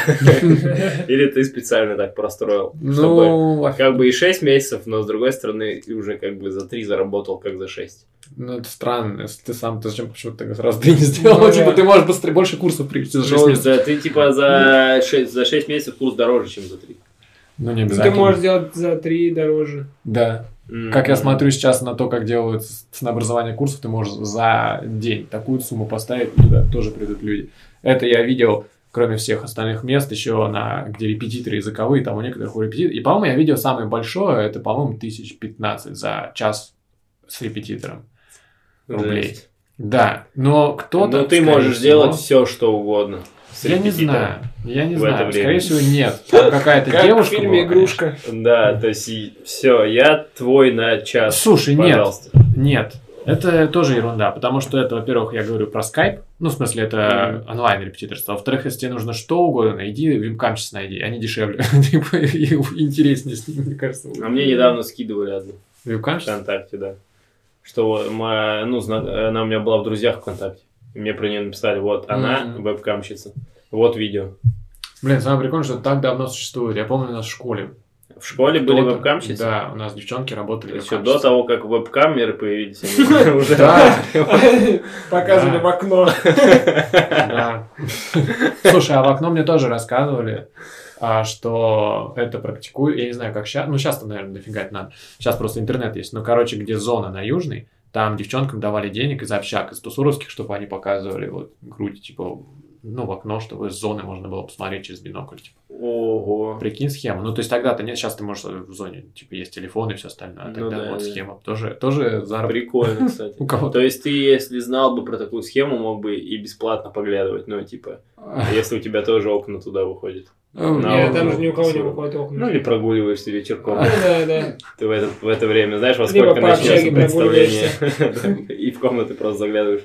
Или ты специально так простроил, чтобы как бы и шесть месяцев, но с другой стороны, уже как бы за три заработал, как за шесть. Ну, это странно, если ты сам, ты зачем почему-то сразу ты не сделал, типа ты можешь быстрее, больше курсов привести за шесть месяцев. Ты типа за шесть месяцев курс дороже, чем за три. Ну, не обязательно. Ты можешь сделать за три дороже. Да. Mm-hmm. Как я смотрю сейчас на то, как делают ценообразование курсов, ты можешь за день такую сумму поставить, и туда тоже придут люди. Это я видел, кроме всех остальных мест, еще на где репетиторы языковые, там у некоторых у репетиторов. И, по-моему, я видел самое большое, это, по-моему, тысяч пятнадцать за час с репетитором рублей. Жесть. Да, но кто-то... Но ты можешь всего... делать все, что угодно. Я не знаю, я не знаю, скорее всего нет. Там какая-то как девушка в фильме была, «Игрушка». Конечно. Да, то есть все, я твой на час. Слушай, пожалуйста. нет, нет, это тоже ерунда, потому что это, во-первых, я говорю про скайп, ну, в смысле, это mm-hmm. онлайн-репетиторство. Во-вторых, если тебе нужно что угодно, найди, вебкамчик найди, они дешевле, и интереснее с ними, мне кажется. А мне недавно скидывали одну. Вебкамчик? ВКонтакте, да. Что, моя, ну, она у меня была в друзьях ВКонтакте. Мне про нее написали, вот она, mm-hmm. вебкамщица, вот видео. Блин, самое прикольное, что так давно существует. Я помню, у нас в школе. В школе были вебкамщицы? Да, у нас девчонки работали еще до того, как вебкамеры появились. Да. Показывали в окно. Да. Слушай, а в окно мне тоже рассказывали, что это практикуют. Я не знаю, как сейчас. Ну, сейчас-то, наверное, дофига это надо. Сейчас просто интернет есть. Но, короче, где зона на Южной, там девчонкам давали денег из общак, из тусуровских, чтобы они показывали вот грудь, типа, ну, в окно, чтобы с зоны можно было посмотреть через бинокль. Типа. Ого. Прикинь схему. Ну, то есть тогда-то нет, сейчас ты можешь в зоне, типа, есть телефон и все остальное. А ну, тогда да, вот да. схема. Тоже, тоже заработок. Прикольно, кстати. У кого-то. То есть ты, если знал бы про такую схему, мог бы и бесплатно поглядывать. Ну, типа, если у тебя тоже окна туда выходят. Нет, там же ни у кого не выходит окна. Ну, или прогуливаешься вечерком. Да, да, да. Ты в это, в это время, знаешь, во сколько начнется представление. И в комнаты просто заглядываешь.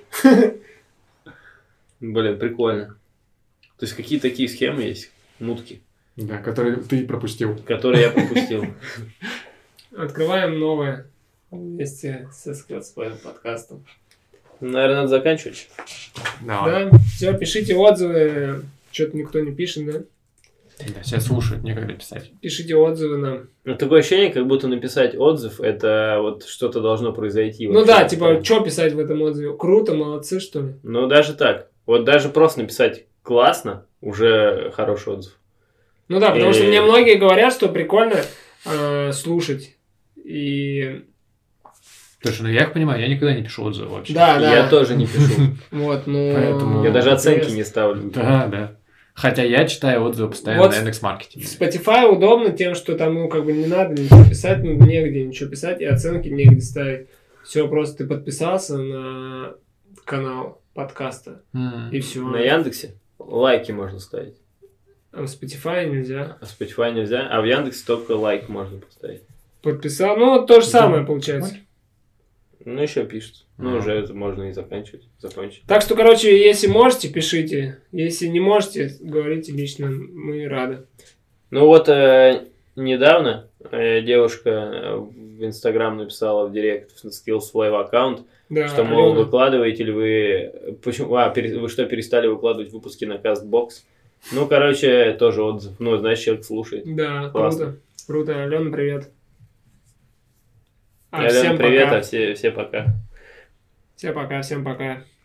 Блин, прикольно. То есть, какие такие схемы есть? Мутки. Да, которые ты пропустил. Которые я пропустил. Открываем новое. вместе со Скиллспоем подкастом. Наверное, надо заканчивать. Давай. Да, все, пишите отзывы. Что-то никто не пишет, да? Да, сейчас слушают, некогда писать. Пишите отзывы нам. Ну, такое ощущение, как будто написать отзыв, это вот что-то должно произойти. Ну вообще. да, типа, что писать в этом отзыве? Круто, молодцы, что ли? Ну, даже так. Вот даже просто написать классно, уже хороший отзыв. Ну да, потому И- что мне многие говорят, что прикольно э, слушать. И Слушай, ну я их понимаю, я никогда не пишу отзывы вообще. да, да. Я тоже не пишу. Вот, ну... Поэтому- Я даже оценки интересно. не ставлю. Да, да. Хотя я читаю отзывы постоянно Вот на в- Яндекс.Маркете. В Spotify удобно тем, что там, ну, как бы не надо ничего писать, ну, негде ничего писать, и оценки негде ставить. Все, просто ты подписался на канал подкаста, М. и все. На Яндексе лайки можно ставить. А в Spotify нельзя. А в Spotify нельзя, а в Яндексе только лайк можно поставить. Подписал, ну, то же самое получается. Ну, еще пишут. Ну, Ага. уже это можно и заканчивать. Закончить. Так что, короче, если можете, пишите. Если не можете, говорите лично, мы рады. Ну, вот э, недавно э, девушка э, в Инстаграм написала в директ в Skillsplay аккаунт, Да, что, мол, Алена. выкладываете ли вы... Почему? А, пере- вы что, перестали выкладывать выпуски на CastBox? Ну, короче, тоже отзыв. Ну, значит, человек слушает. Да, Классно. круто. Круто. Алена, привет. А Алена, всем привет, пока. а все, все пока. Всем пока, всем пока.